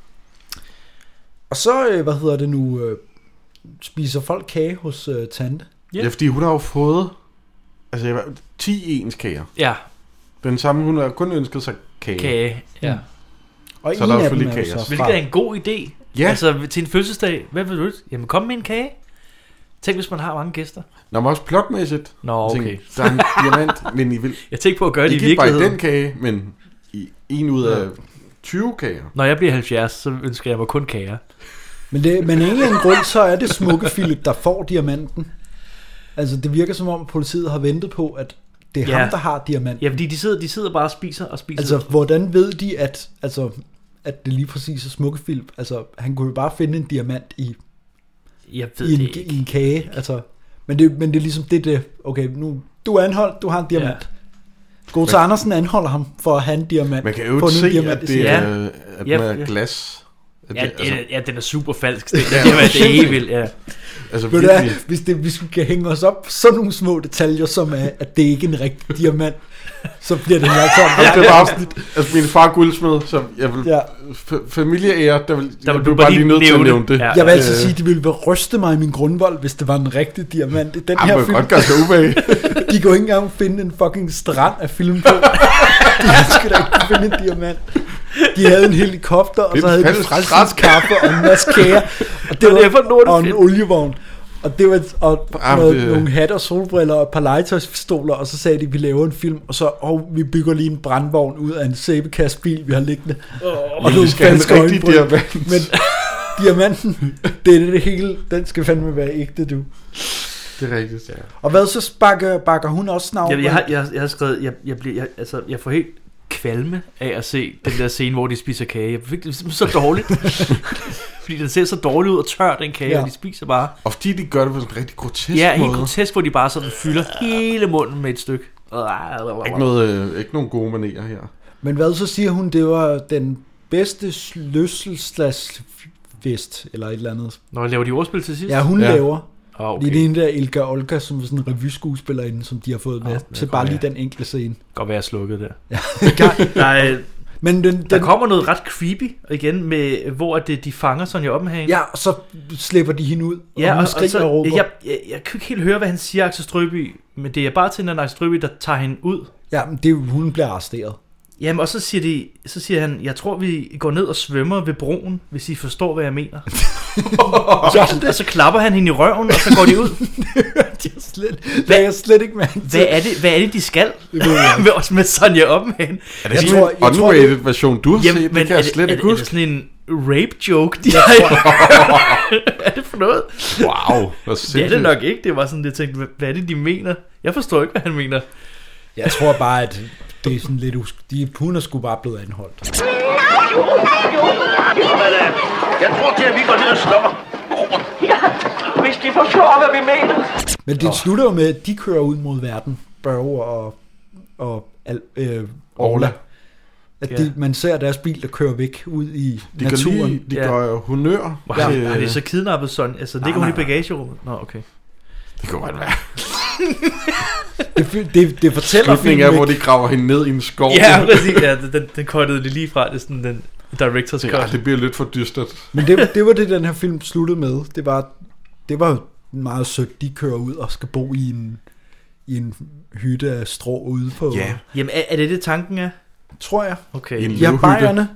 Og så, øh, hvad hedder det nu, øh, spiser folk kage hos øh, tante. Ja. Ja. Det er fordi, hun har jo fået altså, jeg var- ti ens kager. Ja, Den samme, hun har kun ønsket sig kage. kage. Ja. Og Så en der er af dem selvfølgelig er jo kaos. så Hvilket fra- er en god idé. Ja. Altså til en fødselsdag. Hvad vil du? Jamen kom med en kage. Tænk, hvis man har mange gæster. Nå, men også plotmæssigt. Nå, Jeg okay. tænkte, der er en diamant, men I vil Jeg tænkte på at gøre det i ikke bare i virkeligheden. den kage, men i en ud af tyve kager. Når jeg bliver halvfjerds, så ønsker jeg mig kun kager. Men, det, men af en eller anden grund, så er det smukke Philip, der får diamanten. Altså, det virker som om, politiet har ventet på, at det er Ja. ham, der har diamanten. Ja, fordi de sidder, de sidder bare og spiser og spiser. Altså, hvordan ved de, at, altså, at det lige præcis er smukke Philip? Altså, han kunne jo bare finde en diamant i, jeg ved i, en, det ikke. i en kage. Altså, men, det, men det er ligesom det, det okay, nu, du er anholdt, du har en diamant. Ja. Gota Andersen anholder ham for at have en diamant. Man kan jo Fundet ikke en se, diamant i at sin- det Ja. er, at Ja, den er ja. glas. At Ja, det, altså, det, ja, den er super falsk. Det, det, det er helt vildt, ja. altså Ved du hvad, virkelig. hvis, det, hvis vi kan hænge os op på sådan nogle små detaljer, som er, at det ikke er en rigtig diamant, så bliver det nok sådan. Altså, det var afsnit. Altså, min far er guldsmed, så jeg vil... Ja. Ja. Familieære, der vil... Der jeg vil blev du bare lige nødt til at nævne det. Ja. Jeg vil altså Øh. sige, at de ville være ryste mig i min grundvold, hvis det var en rigtig diamant i den Ej, her man film. kan godt gøre sig umage. De kunne ikke engang finde en fucking strand af film på. De havde sgu da ikke kunne finde en diamant. De havde en helikopter, og Det så er havde de fælles frelseskaffe og en masse kager. Og det Hvad er var, det for en lortefilm? og en olievogn. Og det var og Jamen, noget, det- nogle hatter, solbriller og et par legetøjspistoler, og så sagde de, at vi laver en film, og så og vi bygger lige en brandvogn ud af en sæbekastbil, vi har liggende. Oh, Og Vi nogle skal have en falske rigtig øjenbryn. diamant. Men diamanten, det er det hele, den skal fandme være ægte, du. Det er rigtigt. Ja. Og hvad så bakker, bakker hun også navn? Jeg, jeg, har, jeg, jeg har skrevet, jeg, jeg, bliver, jeg, altså, jeg får helt kvalme af at se den der scene, hvor de spiser kage. Jeg fik det så dårligt. Fordi den ser så dårligt ud og tør, den kage, ja. Og de spiser bare. Og fordi de gør det på en rigtig grotesk ja, måde. Ja, helt grotesk, hvor de bare sådan fylder hele munden med et stykke. Ikke, noget, øh, ikke nogen gode manerer her. Men hvad så siger hun, det var den bedste løsselslagsfest, eller et eller andet. Når laver de ordspil til sidst? Ja, hun ja. laver. Oh, okay. Det er den der Elga Olga, som er sådan en revyskuespillerinde, som de har fået med, oh, til bare lige den enkle scene. Godt være slukket der. Ja. der, er, Men den, den, der kommer noget ret creepy igen, med, hvor det, de fanger Sonja Oppenhagen. Ja, og så slipper de hende ud, ja, og hun og, skriger og, og råber. Jeg, jeg, jeg kan ikke helt høre, hvad han siger, Axel Strøby, men det er bare til den Axel Strøby, der tager hende ud. Ja, men det, hun bliver arresteret. Jamen, og så siger, de, så siger han, jeg tror, vi går ned og svømmer ved broen, hvis I forstår, hvad jeg mener. og, så, og så klapper han hende i røven, og så går de ud. det er slet, hvad, er jeg slet ikke mærke til. Hvad er det, hvad er det de skal? med os med Sonja Oppenhagen. Er det sådan en unrated version, du har jamen, set? Men det kan er jeg slet det, ikke er, huske. Er det sådan en rape joke, de har? er det for noget? Wow. Det er det nok ikke. Det var sådan, jeg tænkte, hvad er det, de mener? Jeg forstår ikke, hvad han mener. Jeg tror bare, at det er sådan lidt usk... De, hun er sgu bare blevet anholdt. Jeg tror til, at vi går ned og slukker. Ja, hvis de forstår, hvad vi mener. Men det slutter jo med, at de kører ud mod verden. Børge og, og øh, Orla. At de, man ser deres bil, der kører væk ud i de naturen. Lige, de ja. gør jo honør. Wow. Til, ja, det er så kidnappet sådan. Altså, ligger hun i bagagerummet? Nå, okay. Det kunne godt være. det, det, det fortæller filmen er, hvor de graver hende ned i en skov. Ja, præcis. Ja, den, den kortede det lige fra. Det er sådan den director's cut. Ja, det bliver lidt for dystert. Men det, det var det, den her film sluttede med. Det var, det var meget sødt. De kører ud og skal bo i en, i en hytte af strå ude på... Ja. Jamen, er, er det det, tanken er? Tror jeg. Okay. Ja, bajerne.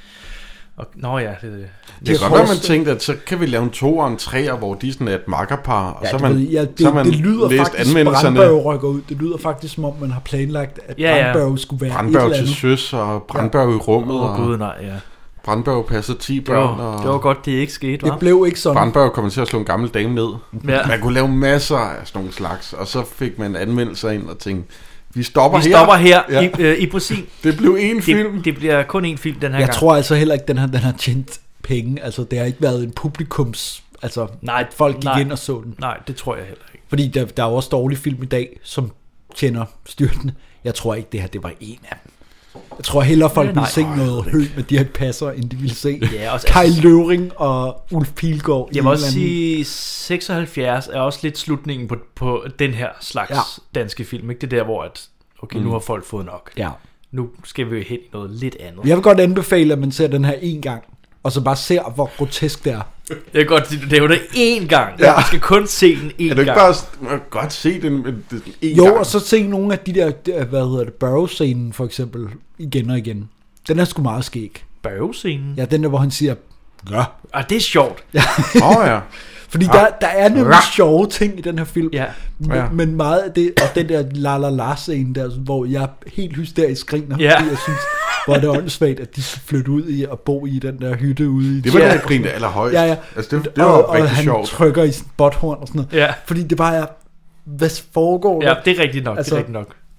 Og, nå ja, det er det. Det kan godt være, man tænkte, at så kan vi lave en to og en tre, hvor de er sådan et makkerpar, og ja, så man, ja, det, så man det lyder læst faktisk, Brandberg rykker ud. Det lyder faktisk, som om man har planlagt, at ja, ja. Brandberg skulle være Brandberg et eller andet. til søs, og Brandberg ja. i rummet. Åh, oh, gud nej, ja. Brandberg passer ti børn. Det var, og det var godt, det ikke skete, hva'? Det blev ikke sådan. Brandberg kommer til at slå en gammel dame ned. Ja. Man kunne lave masser af sådan nogle slags, og så fik man anmeldelser ind og tænkte, vi stopper vi her. Vi stopper her ja. i, øh, i Brosin. Det blev en film. Det, det bliver kun en film den her Jeg gang. Jeg tror altså heller ikke, den her, den har tjent penge. Altså, det har ikke været en publikums... Altså, nej, folk gik nej, ind og så den. Nej, det tror jeg heller ikke. Fordi der, der er også dårlige film i dag, som tjener styrtende. Jeg tror ikke, det her det var en af dem. Jeg tror hellere, folk ja, ville se noget højt med de her passer, end de ville se ja, også, Kai Løvring og Ulf Pilgaard. Jeg vil også sige, seksoghalvfjerds er også lidt slutningen på, på den her slags ja. danske film. Ikke det der, hvor at, okay, mm. nu har folk fået nok. Ja. Nu skal vi jo hen i noget lidt andet. Jeg vil godt anbefale, at man ser den her en gang, og så bare ser, hvor grotesk det er. Jeg kan godt sige, det er jo det én gang. Ja. Man skal kun se den én gang. Er du ikke bare man kan godt se den en jo, gang? og så se nogle af de der, hvad hedder det, Burrow-scenen for eksempel, igen og igen. Den er sgu meget skæg. Burrow-scenen? Ja, den der, hvor han siger, ja. Ah, det er sjovt. Ja. Åh oh, ja. Fordi ja. der, der er nemlig ja. sjove ting i den her film. Ja. Men, ja. men meget af det, og den der la la la scene der, hvor jeg helt hysterisk griner, ja. fordi jeg synes, hvor det er åndssvagt, at de skal flytte ud i og bo i den der hytte ude i... Det var ja. der, jeg grinede allerhøjst. Ja, ja. Altså, det, det var og, rigtig og han sjovt. trykker i sin butthorn og sådan noget. Ja. Fordi det bare er, hvad foregår der? Ja, det er rigtigt nok, altså, det er rigtigt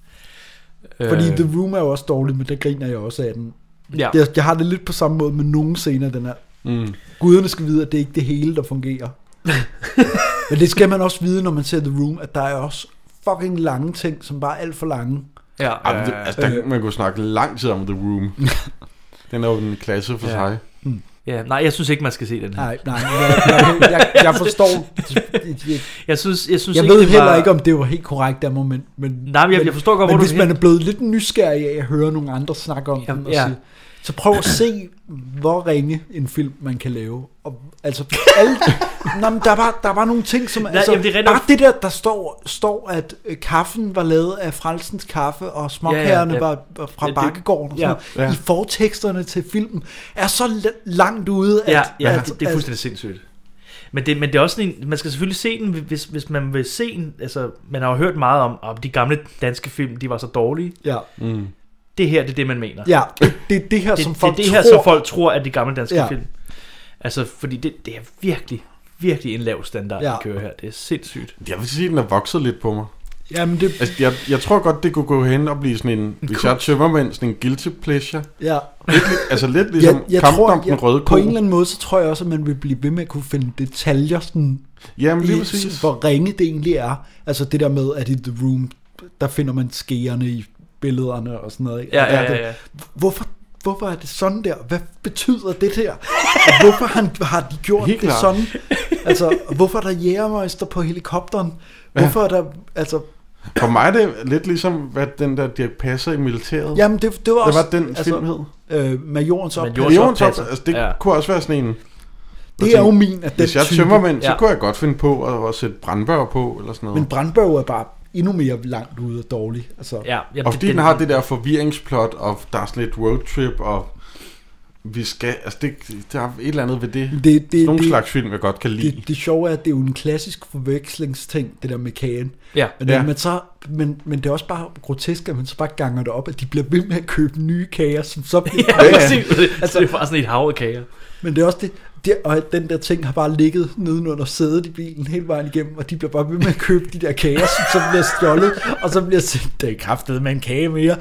nok. Fordi øh... The Room er jo også dårlig, men der griner jeg også af den. Ja. Det, jeg har det lidt på samme måde med nogle scener, den her. Mm. Guderne skal vide, at det er ikke det hele, der fungerer. Men det skal man også vide, når man ser The Room, at der er også fucking lange ting, som bare er alt for lange. Ja, Jamen, det, altså, der, øh, man kunne snakke lang tid om The Room. Den er jo en klasse for ja. sig. Mm. Ja, nej, jeg synes ikke, man skal se den her. Nej, nej, jeg, jeg, jeg, jeg forstår... Jeg, jeg synes, jeg synes jeg ikke, ved heller var... ikke, om det var helt korrekt der moment. Men, nej, men jeg, jeg forstår godt, men hvor hvis du man er blevet lidt nysgerrig af at høre nogle andre snakke om ja, den, og ja. sige, så prøv at se, hvor ringe en film man kan lave. Og, altså, alle, nej, men der var der var nogle ting, som... Nej, altså, jamen, det er bare det der, der står, står, at kaffen var lavet af Frelsens Kaffe, og småkagerne ja, ja, ja. var, var fra ja, Bakkegården og sådan ja, ja. I forteksterne til filmen, er så langt ude, at... Ja, ja at, det, det er fuldstændig sindssygt. Men det, men det er også en, man skal selvfølgelig se den, hvis, hvis man vil se den, altså, man har jo hørt meget om, om de gamle danske film, de var så dårlige. Ja. Mm. Det her, det er det, man mener. Ja, det er det her, det, som folk det, det her, tror... som folk tror, at de gamle danske ja. film. Altså, fordi det, det er virkelig, virkelig en lav standard, Ja. ja. kører her. Det er sindssygt. Jeg vil sige, at den er vokset lidt på mig. Jamen det... Altså, jeg, jeg tror godt, det kunne gå hen og blive sådan en, hvis kult. jeg er tømmermænd, sådan en guilty pleasure. Ja. Lidt, altså lidt ligesom jeg, jeg kampen tror, om den jeg, røde ko. På en eller anden måde, så tror jeg også, at man vil blive ved med at kunne finde detaljer, sådan, Jamen, lige i, præcis. hvor ringe det egentlig er. Altså det der med, at i The Room, der finder man skærene i billederne og sådan noget. Ikke? Ja, Og ja, der er ja, det- ja. Hvorfor, hvorfor er det sådan der? Hvad betyder det der? Og hvorfor han, har de gjort Helt det klart. sådan? Altså, hvorfor er der jægermeister på helikopteren? Hvorfor er der, altså... For mig er det lidt ligesom, hvad den der Dirk Passer i militæret. Jamen, det, det var Hvad også... var den film hed? Øh, Majorens op. Majorens Majorens op, oppasser. altså det Ja. kunne også være sådan en... Det er jo min af den Hvis jeg er type. tømmermænd, så Ja. kunne jeg godt finde på at, at sætte Brandberg på, eller sådan noget. Men Brandberg er bare endnu mere langt ude og dårlig. Altså, Ja, jamen, Og fordi den har det der forvirringsplot, og der er sådan lidt roadtrip, og vi skal, altså det, der er et eller andet ved det. det, det, Nogle det, slags film, jeg godt kan lide. det, det sjove er, at det er jo en klassisk forvekslingsting, det der med kagen. Ja. Men, Ja. ja. men, så, men, men det er også bare grotesk, at man så bare ganger det op, at de bliver ved med at købe nye kager, som så bliver... Ja, Ja, ja. præcis. Altså, det er bare sådan et hav af kager. Men det er også det, det, og den der ting har bare ligget nedenunder sædet i bilen hele vejen igennem, og de bliver bare ved med at købe de der kager, som så bliver stjålet, og så bliver sagt, det er kraftet med en kage mere.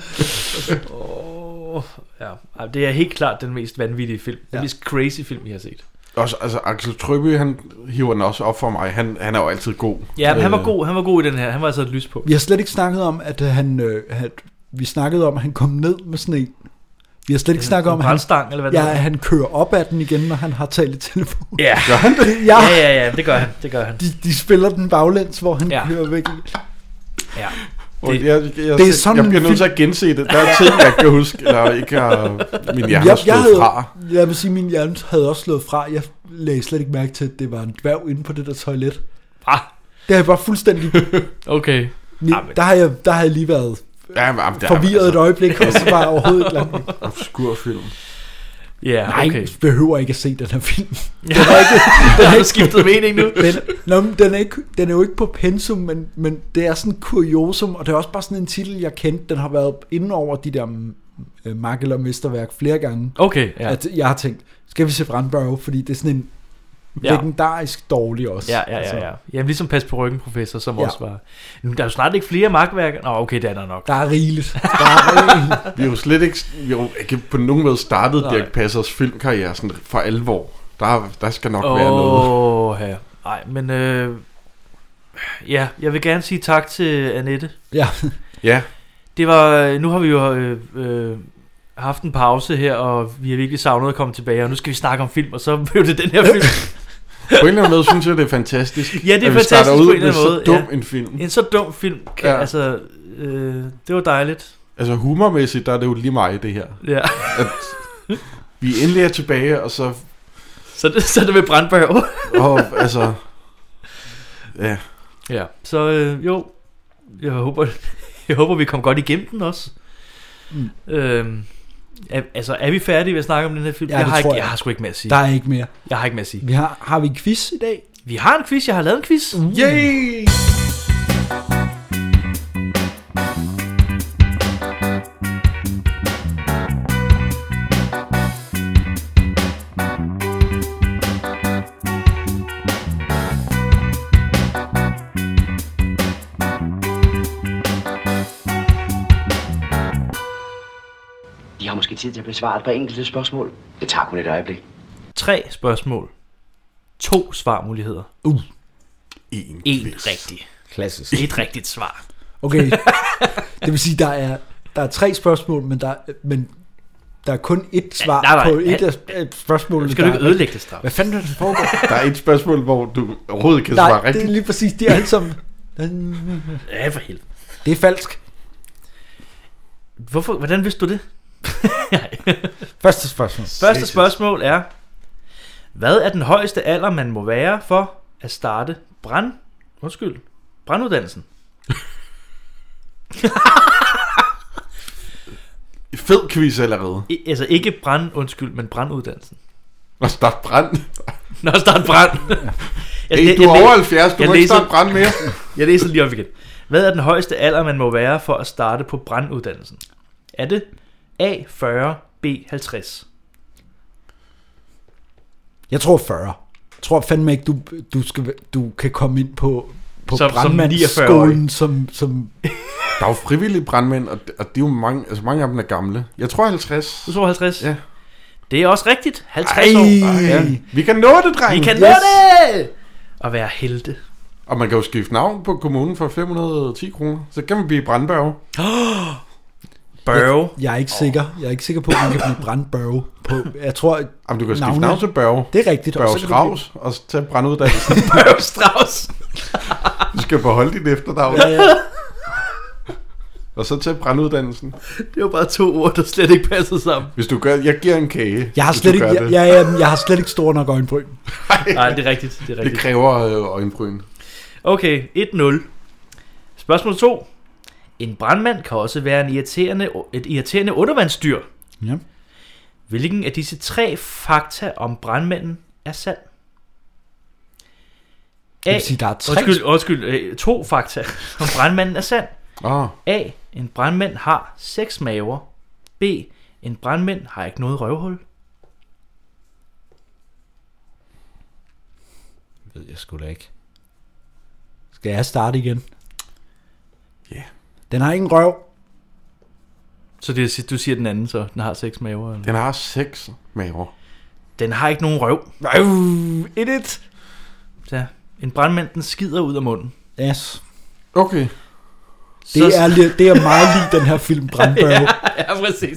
Oh, ja. Ej, det er helt klart den mest vanvittige film. Den Ja. mest crazy film, jeg har set. Også, altså Axel Trøby, han hiver den også op for mig. Han, han er jo altid god. Ja, men han var Øh, god. Han var god i den her. Han var altså et lys på. Vi har slet ikke snakket om, at han, øh, at vi snakkede om, at han kom ned med sådan en. Vi har slet ikke snakket om, at han, brandstang, eller hvad det ja, er. at han kører op ad den igen, når han har talt i telefon. Ja. Gør han det? Ja, Ja, ja, ja, det gør han. Det gør han. de, de spiller den baglæns, hvor han Ja. ja. kører væk. Ja. Og Det- jeg, jeg, det er sådan jeg bliver en nødt til at gense det. Der er ting, jeg ikke kan huske, eller ikke har min hjerne har slået havde, fra. Jeg vil sige, at min hjerne havde også slået fra. Jeg lagde slet ikke mærke til, at det var en dværg inde på det der toilet. Ah, Det har jeg bare fuldstændig... okay. Ni, Ah, men- der, har jeg, der har jeg lige været Ja, men, jamen, det er- forvirret et øjeblik, og så var jeg overhovedet ikke langt. Obskur film. Ja, Nej, okay. behøver ikke at se den her film. Ja, den har du skiftet mening nu. Den, nå, men den, er ikke, den er jo ikke på pensum, men, men det er sådan en kuriosum, og det er også bare sådan en titel, jeg kendte. Den har været inde over de der uh, Mark eller Mesterværk flere gange. Okay, ja. At jeg har tænkt, skal vi se Brandberg? Fordi det er sådan en Ja. legendarisk dårlig også. Ja, ja, ja, ja. Jamen ligesom Pas på ryggen, professor, som Ja. også var... Nu, der er jo snart ikke flere magtværker. Nå, okay, det er der nok. Der er rigeligt. Der er rigeligt. Vi har jo slet ikke, vi har jo ikke på nogen måde startet Nej. Dirk Passers filmkarriere sådan for alvor. Der, der skal nok være noget. Åh, ja. Nej, men... Øh, ja, jeg vil gerne sige tak til Annette. Ja. Ja, Det var... Nu har vi jo øh, øh, haft en pause her, og vi har virkelig savnet at komme tilbage, og nu skal vi snakke om film, og så blev det den her film. på en eller anden måde synes jeg, det er fantastisk. Ja, det er at vi fantastisk starter på ud en eller med anden måde, så dum ja. en film. En så dum film. Kan, Ja. Altså, øh, det var dejligt. Altså humormæssigt, der er det jo lige mig, det her. Ja. At vi endelig er tilbage, og så... Så det, så det med Brandberg. Og, altså... Ja. Ja, så øh, jo, jeg håber, jeg håber, vi kom godt igennem den også. Mm. Øhm, er, altså, er vi færdige ved at snakke om den her film? Ja, jeg, det har ikke, tror jeg. jeg. jeg har sgu ikke mere at sige. Der er ikke mere. Jeg har ikke mere at sige. Vi har, har vi en quiz i dag? Vi har en quiz, jeg har lavet en quiz. Mm. Yay! De har måske tid til at besvare et par enkelte spørgsmål. Det tager kun et øjeblik. Tre spørgsmål. To svarmuligheder. Uh. En, En quiz. rigtig. Klassisk. Et rigtigt svar. Okay. Det vil sige, der er, der er tre spørgsmål, men der, men der er kun et svar nej, nej. på et af af spørgsmålene. Skal du der ikke er- ødelægge det straf? Hvad fanden er det, der foregår? Der er et spørgsmål, hvor du overhovedet kan svare Nej, det rigtigt. er lige præcis, de er alle sammen. Ja, for helvede. Det er falsk. Hvorfor, hvordan vidste du det? Første spørgsmål. Første spørgsmål er, hvad er den højeste alder, man må være for at starte brand... Undskyld. Branduddannelsen? Fed quiz allerede. I, altså ikke brand, undskyld, men branduddannelsen. Og start brand. Nå, start brand. Jeg, Hey, du er over halvfjerds, du må ikke starte brand mere. Jeg læser lige op igen. Hvad er den højeste alder, man må være for at starte på branduddannelsen? Er det A fyrre, B halvtreds? Jeg tror fyrre. tror fandme ikke, du, du, skal, du kan komme ind på, på Som- som brandmandsskolen som, som... Der er jo frivillige brandmænd, og og de er jo mange, altså mange af dem er gamle. Jeg tror halvtreds. Du tror halvtreds? Ja. Det er også rigtigt. halvtreds Ej. år. Ja. Vi kan nå det, dreng! Vi kan Yes. nå det! At være helte. Og man kan jo skifte navn på kommunen for fem hundrede og ti kroner. Så kan man blive brandbørge. Børge. Jeg, jeg er ikke sikker. Jeg er ikke sikker på, at man kan blive brandbørge på. Jeg tror, Jamen, du kan skifte navne- navn til Børge. det er rigtigt. Børge Og så kan du Strauss, og så tage branduddannelsen. Børge Strauss. Du skal beholde dit efternavn. blive- Ja, ja. Og så tage branduddannelsen. Det var bare to ord, der slet ikke passede sammen. Hvis du gør, jeg giver en kage. Jeg har hvis slet du ikke, gør jeg, det. jeg, jeg, jeg har slet ikke store nok øjenbryn. Nej, det er rigtigt. Det er Det rigtigt. kræver øh, øjenbryn. Okay, et nul. Spørgsmål to. En brandmand kan også være en irriterende, et irriterende undervandsdyr. Ja. Hvilken af disse tre fakta om brandmanden er sand? Det vil sige, der er tre... Undskyld, undskyld. øh, To fakta om brandmanden er sand. Ah, A. En brandmand har seks maver. B. En brandmand har ikke noget røvhul. ved jeg sgu da ikke. Skal jeg starte igen? Ja. Yeah. Den har ingen røv. Så det, du siger den anden, så den har seks maver? Eller? den har seks maver. Den har ikke nogen røv. Et et. Så en brandmand, den skider ud af munden. Yes. Okay. Det er, li- det er meget lige den her film, Brandbørge. ja, ja, præcis.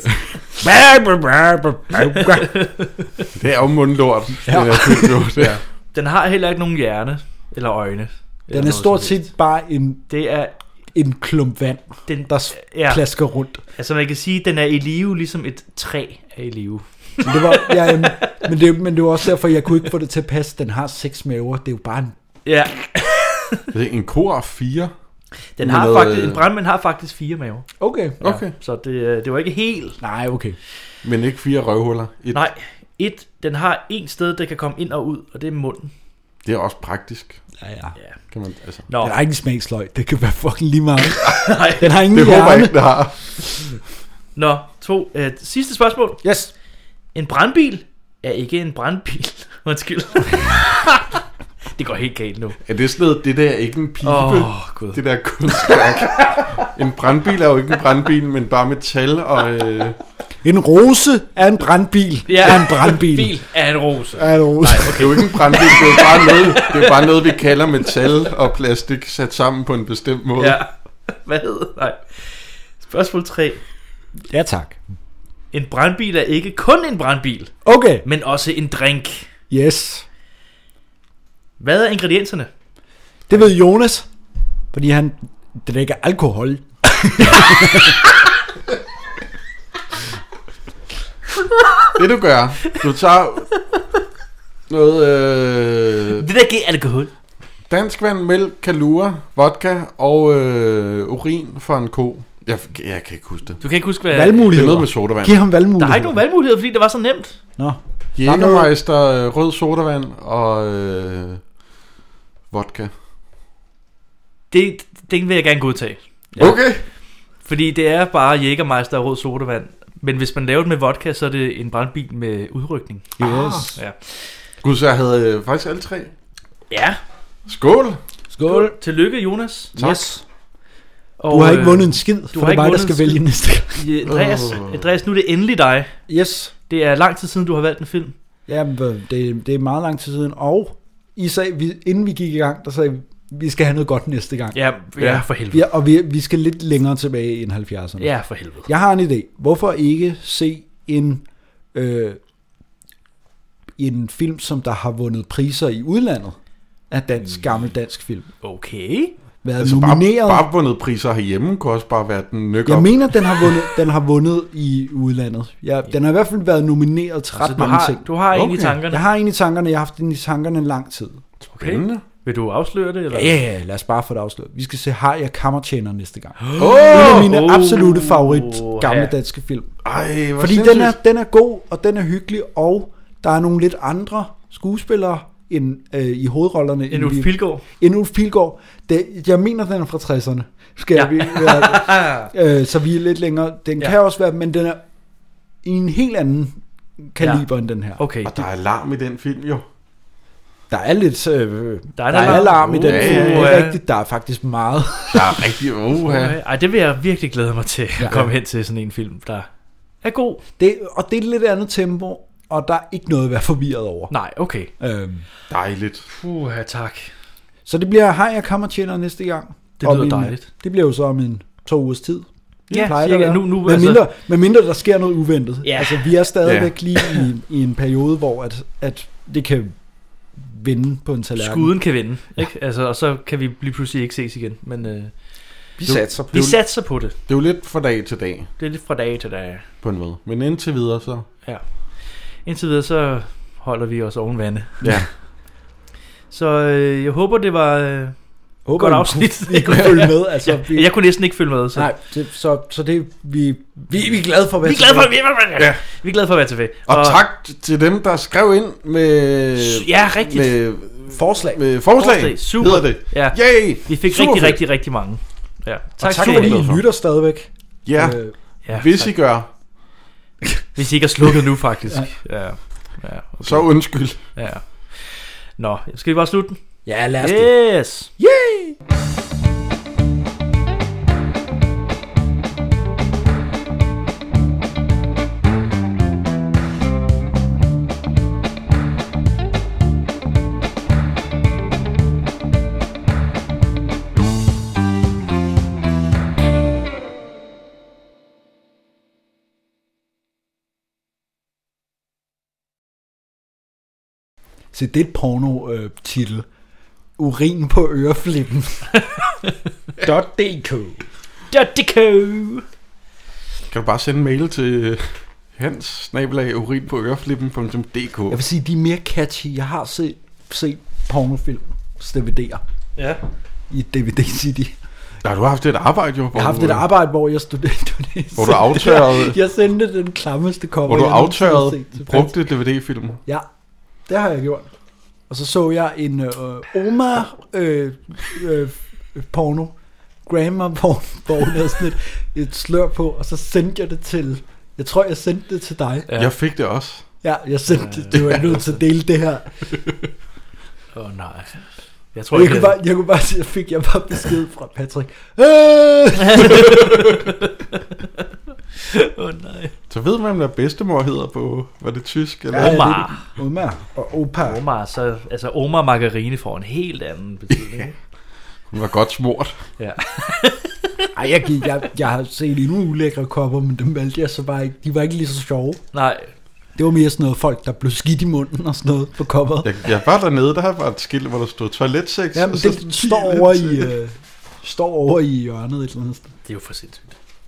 Det er jo mundlort. Ja. Den, er film, jo. Det er. Den har heller ikke nogen hjerne eller øjne. Eller Den er noget stort som helst. set bare en, Det er en klump vand, den, der ja, plasker rundt. altså man kan sige, at den er i live, ligesom et træ er i live. Men det var, ja, jamen, men, det, men det var også derfor, jeg kunne ikke få det til at passe. Den har seks maver. Det er jo bare en... Ja, Det er en ko af fire. den Med har noget, faktisk, øh, en brandmand har faktisk fire maver. Okay. Okay. Ja, så det, øh, det var ikke helt. Nej, okay. Men ikke fire røvhuller. Et. Nej, et, den har en sted, der kan komme ind og ud, og det er munden. Det er også praktisk. Ja, ja. Ja. Kan man, altså. Nå, Den har ikke en smagsløg. Det kan være fucking lige meget. nej. Den har ingen Det håber jeg hjerne. ikke, det har. Nå, to. Øh, sidste spørgsmål. Yes. En brandbil er ikke en brandbil. Undskyld. Det går helt galt nu. Er det sådan noget, det der er ikke en pibe? Åh, Gud. Det der kunstværk. En brandbil er jo ikke en brandbil, men bare metal og... Øh, En rose er en brandbil. Ja, Er en brandbil. Bil er en rose. Er en rose. Nej, okay. Det er jo ikke en brandbil, det er jo bare noget, det er bare noget, vi kalder metal og plastik sat sammen på en bestemt måde. Ja. Hvad hedder? Nej. Spørgsmål tre. Ja, tak. En brandbil er ikke kun en brandbil, Okay. men også en drink. Yes. Hvad er ingredienserne? Det ved Jonas. Fordi han drikker alkohol. Det du gør, du tager noget øh, Det der giver alkohol. dansk vand, mælk, kalua, vodka og øh, urin fra en ko. Jeg, jeg kan ikke huske det. Du kan ikke huske, hvad... Det er noget Valgmuligheder. med sodavand. Giv ham valgmuligheder. Der er ikke nogen valgmuligheder, fordi det var så nemt. Nå. Jägermeister, øh, rød sodavand og øh, vodka. Det, det vil jeg gerne godtage. Ja. Okay. Fordi det er bare Jägermeister og rød sodavand. Men hvis man laver det med vodka, så er det en brandbil med udrykning. Yes. Ja. Gud, så jeg havde øh, faktisk alle tre. Ja. Skål. Skål. Tillykke, Jonas. Tak. Yes. Og, Du har ikke øh, vundet en skid, du for har det er ikke mig, der vundet skal en skid. vælge næste gang. Ja, Andreas, Åh. Andreas, nu er det endelig dig. Yes. Det er lang tid siden, du har valgt en film. Ja, det, det er meget lang tid siden. Og I sagde, vi, inden vi gik i gang, der sagde vi, vi skal have noget godt næste gang. Ja, ja for helvede. Vi, og vi, vi skal lidt længere tilbage end halvfjerdserne. Ja, for helvede. Jeg har en idé. Hvorfor ikke se en, øh, en film, som der har vundet priser i udlandet? Af dansk, gammel dansk film. Okay. Været Altså nomineret. bare, bare vundet priser herhjemme kunne også bare være den nyk Jeg op. mener, den har vundet, den har vundet i udlandet. Ja, den har i hvert fald været nomineret til ret Altså, du mange har, ting. du har en i Okay. tankerne. Jeg har en i tankerne. Jeg har haft den i tankerne en lang tid. Spændende. Vil du afsløre det? Eller? Ja, ja, ja, lad os bare få det afsløret. Vi skal se Harry og Kammertjener næste gang. Åh! En af mine Oh, absolute favorit gamle ja. danske film. Ej, hvor Fordi den sindssygt. er, den er god, og den er hyggelig, og der er nogle lidt andre skuespillere end, øh, i hovedrollerne. En Ulf vi- Pilgaard. End Ulf Pilgaard. Det, jeg mener, den er fra tresserne. Skal Ja. ja. vi være, øh, så vi er lidt længere. Den Ja. kan også være, men den er i en helt anden kaliber ja. end den her. Okay. Og der er larm i den film jo. Der er lidt øh, Der er, der er alarm i den uh, film. uh, Det er rigtigt, der er faktisk meget. Der er rigtig uh, uh. Ej, det vil jeg virkelig glæde mig til at Ja. komme hen til sådan en film, der er god. Det, og det er et lidt andet tempo, og der er ikke noget at være forvirret over. Nej, okay. Øhm, Dejligt. Puh, tak. så det bliver Hej, jeg kammertjener næste gang. Det Og lyder min- dejligt. Det bliver jo så om en to ugers tid. Det Ja, plejer det cirka. at være. Nu- nu, med, altså- mindre, med mindre der sker noget uventet. Ja. Altså vi er stadigvæk Ja. lige i, i en periode, hvor at, at det kan vende på en tallerken. Skuden kan vinde, ikke? Altså, og så kan vi lige pludselig ikke ses igen. Men øh, Vi satser på vi det. satser på det. Det er jo lidt fra dag til dag, Det er lidt fra dag til dag. på en måde. Men indtil videre, så... Ja. Indtil videre, så holder vi os oven vande. Ja. Så øh, jeg håber, det var øh, Håber, godt I afsnit. kunne- I kunne følge med. Altså, ja, vi- jeg kunne næsten ikke følge med. Så. Nej, det, så, så det vi, vi, vi er glade for at være Vi er glade for, vi tilbage. er, ja. vi er glade for at være tilbage. Og, og tak til dem, der skrev ind med... Ja, rigtigt. Med forslag. Med forslag, Forslag, super. hedder det. Ja. Yay! Vi fik Super rigtig, fedt. rigtig, rigtig mange. Ja. Tak, Tak skal fordi I have. I lytter stadigvæk. Ja, Øh, Ja, hvis tak. I gør, Hvis I ikke er slukket nu, faktisk. Ja. Ja, okay. så undskyld. Ja. Nå, skal vi bare slutte den? Ja, lad os det. Yes. Yay! Se, det er et porno-titel. Urin på øreflippen. .dk .dk Kan du bare sende en mail til hans snabelag urin på øreflippen punktum d k. Jeg vil sige, de er mere catchy. Jeg har set, set pornofilm D V D'er Ja. i D V D City. Ja, du har haft et arbejde jo. Jeg har haft et arbejde, hvor jeg studerede. Hvor du aftørrede- Jeg sendte den klammeste cover. Hvor du jeg nogensinde har aftørrede set til brugte D V D-film. Ja, det har jeg gjort. Og så så jeg en øh, Oma øh, øh, porno, grammar porno, hvor hun havde sådan et, et slør på, og så sendte jeg det til, jeg tror jeg sendte det til dig. Ja. Jeg fik det også. Ja, jeg sendte det, det var jeg nødt til at dele det her. Åh oh, nej. Jeg tror jeg, ikke, kunne bare, jeg kunne bare sige, jeg fik jeg bare besked fra Patrick. Åh oh, nej. Så ved man, hvad bedstemor hedder på, var det tysk? Eller? Ja, Omar. det er Omar og Opa. Omar, så, altså Omar Margarine får en helt anden betydning. Ikke? Hun var godt smurt. Ja. Ej, jeg, gik, jeg, jeg har set endnu ulækre kopper, men dem valgte jeg så bare ikke. De var ikke lige så sjove. Nej. Det var mere sådan noget folk, der blev skidt i munden og sådan noget på kopperet. Jeg, jeg var dernede, der var et skilt, hvor der stod toiletsex. Ja, men og så det står over, i, øh, står over i hjørnet et eller andet sted. Det er jo for sindssygt.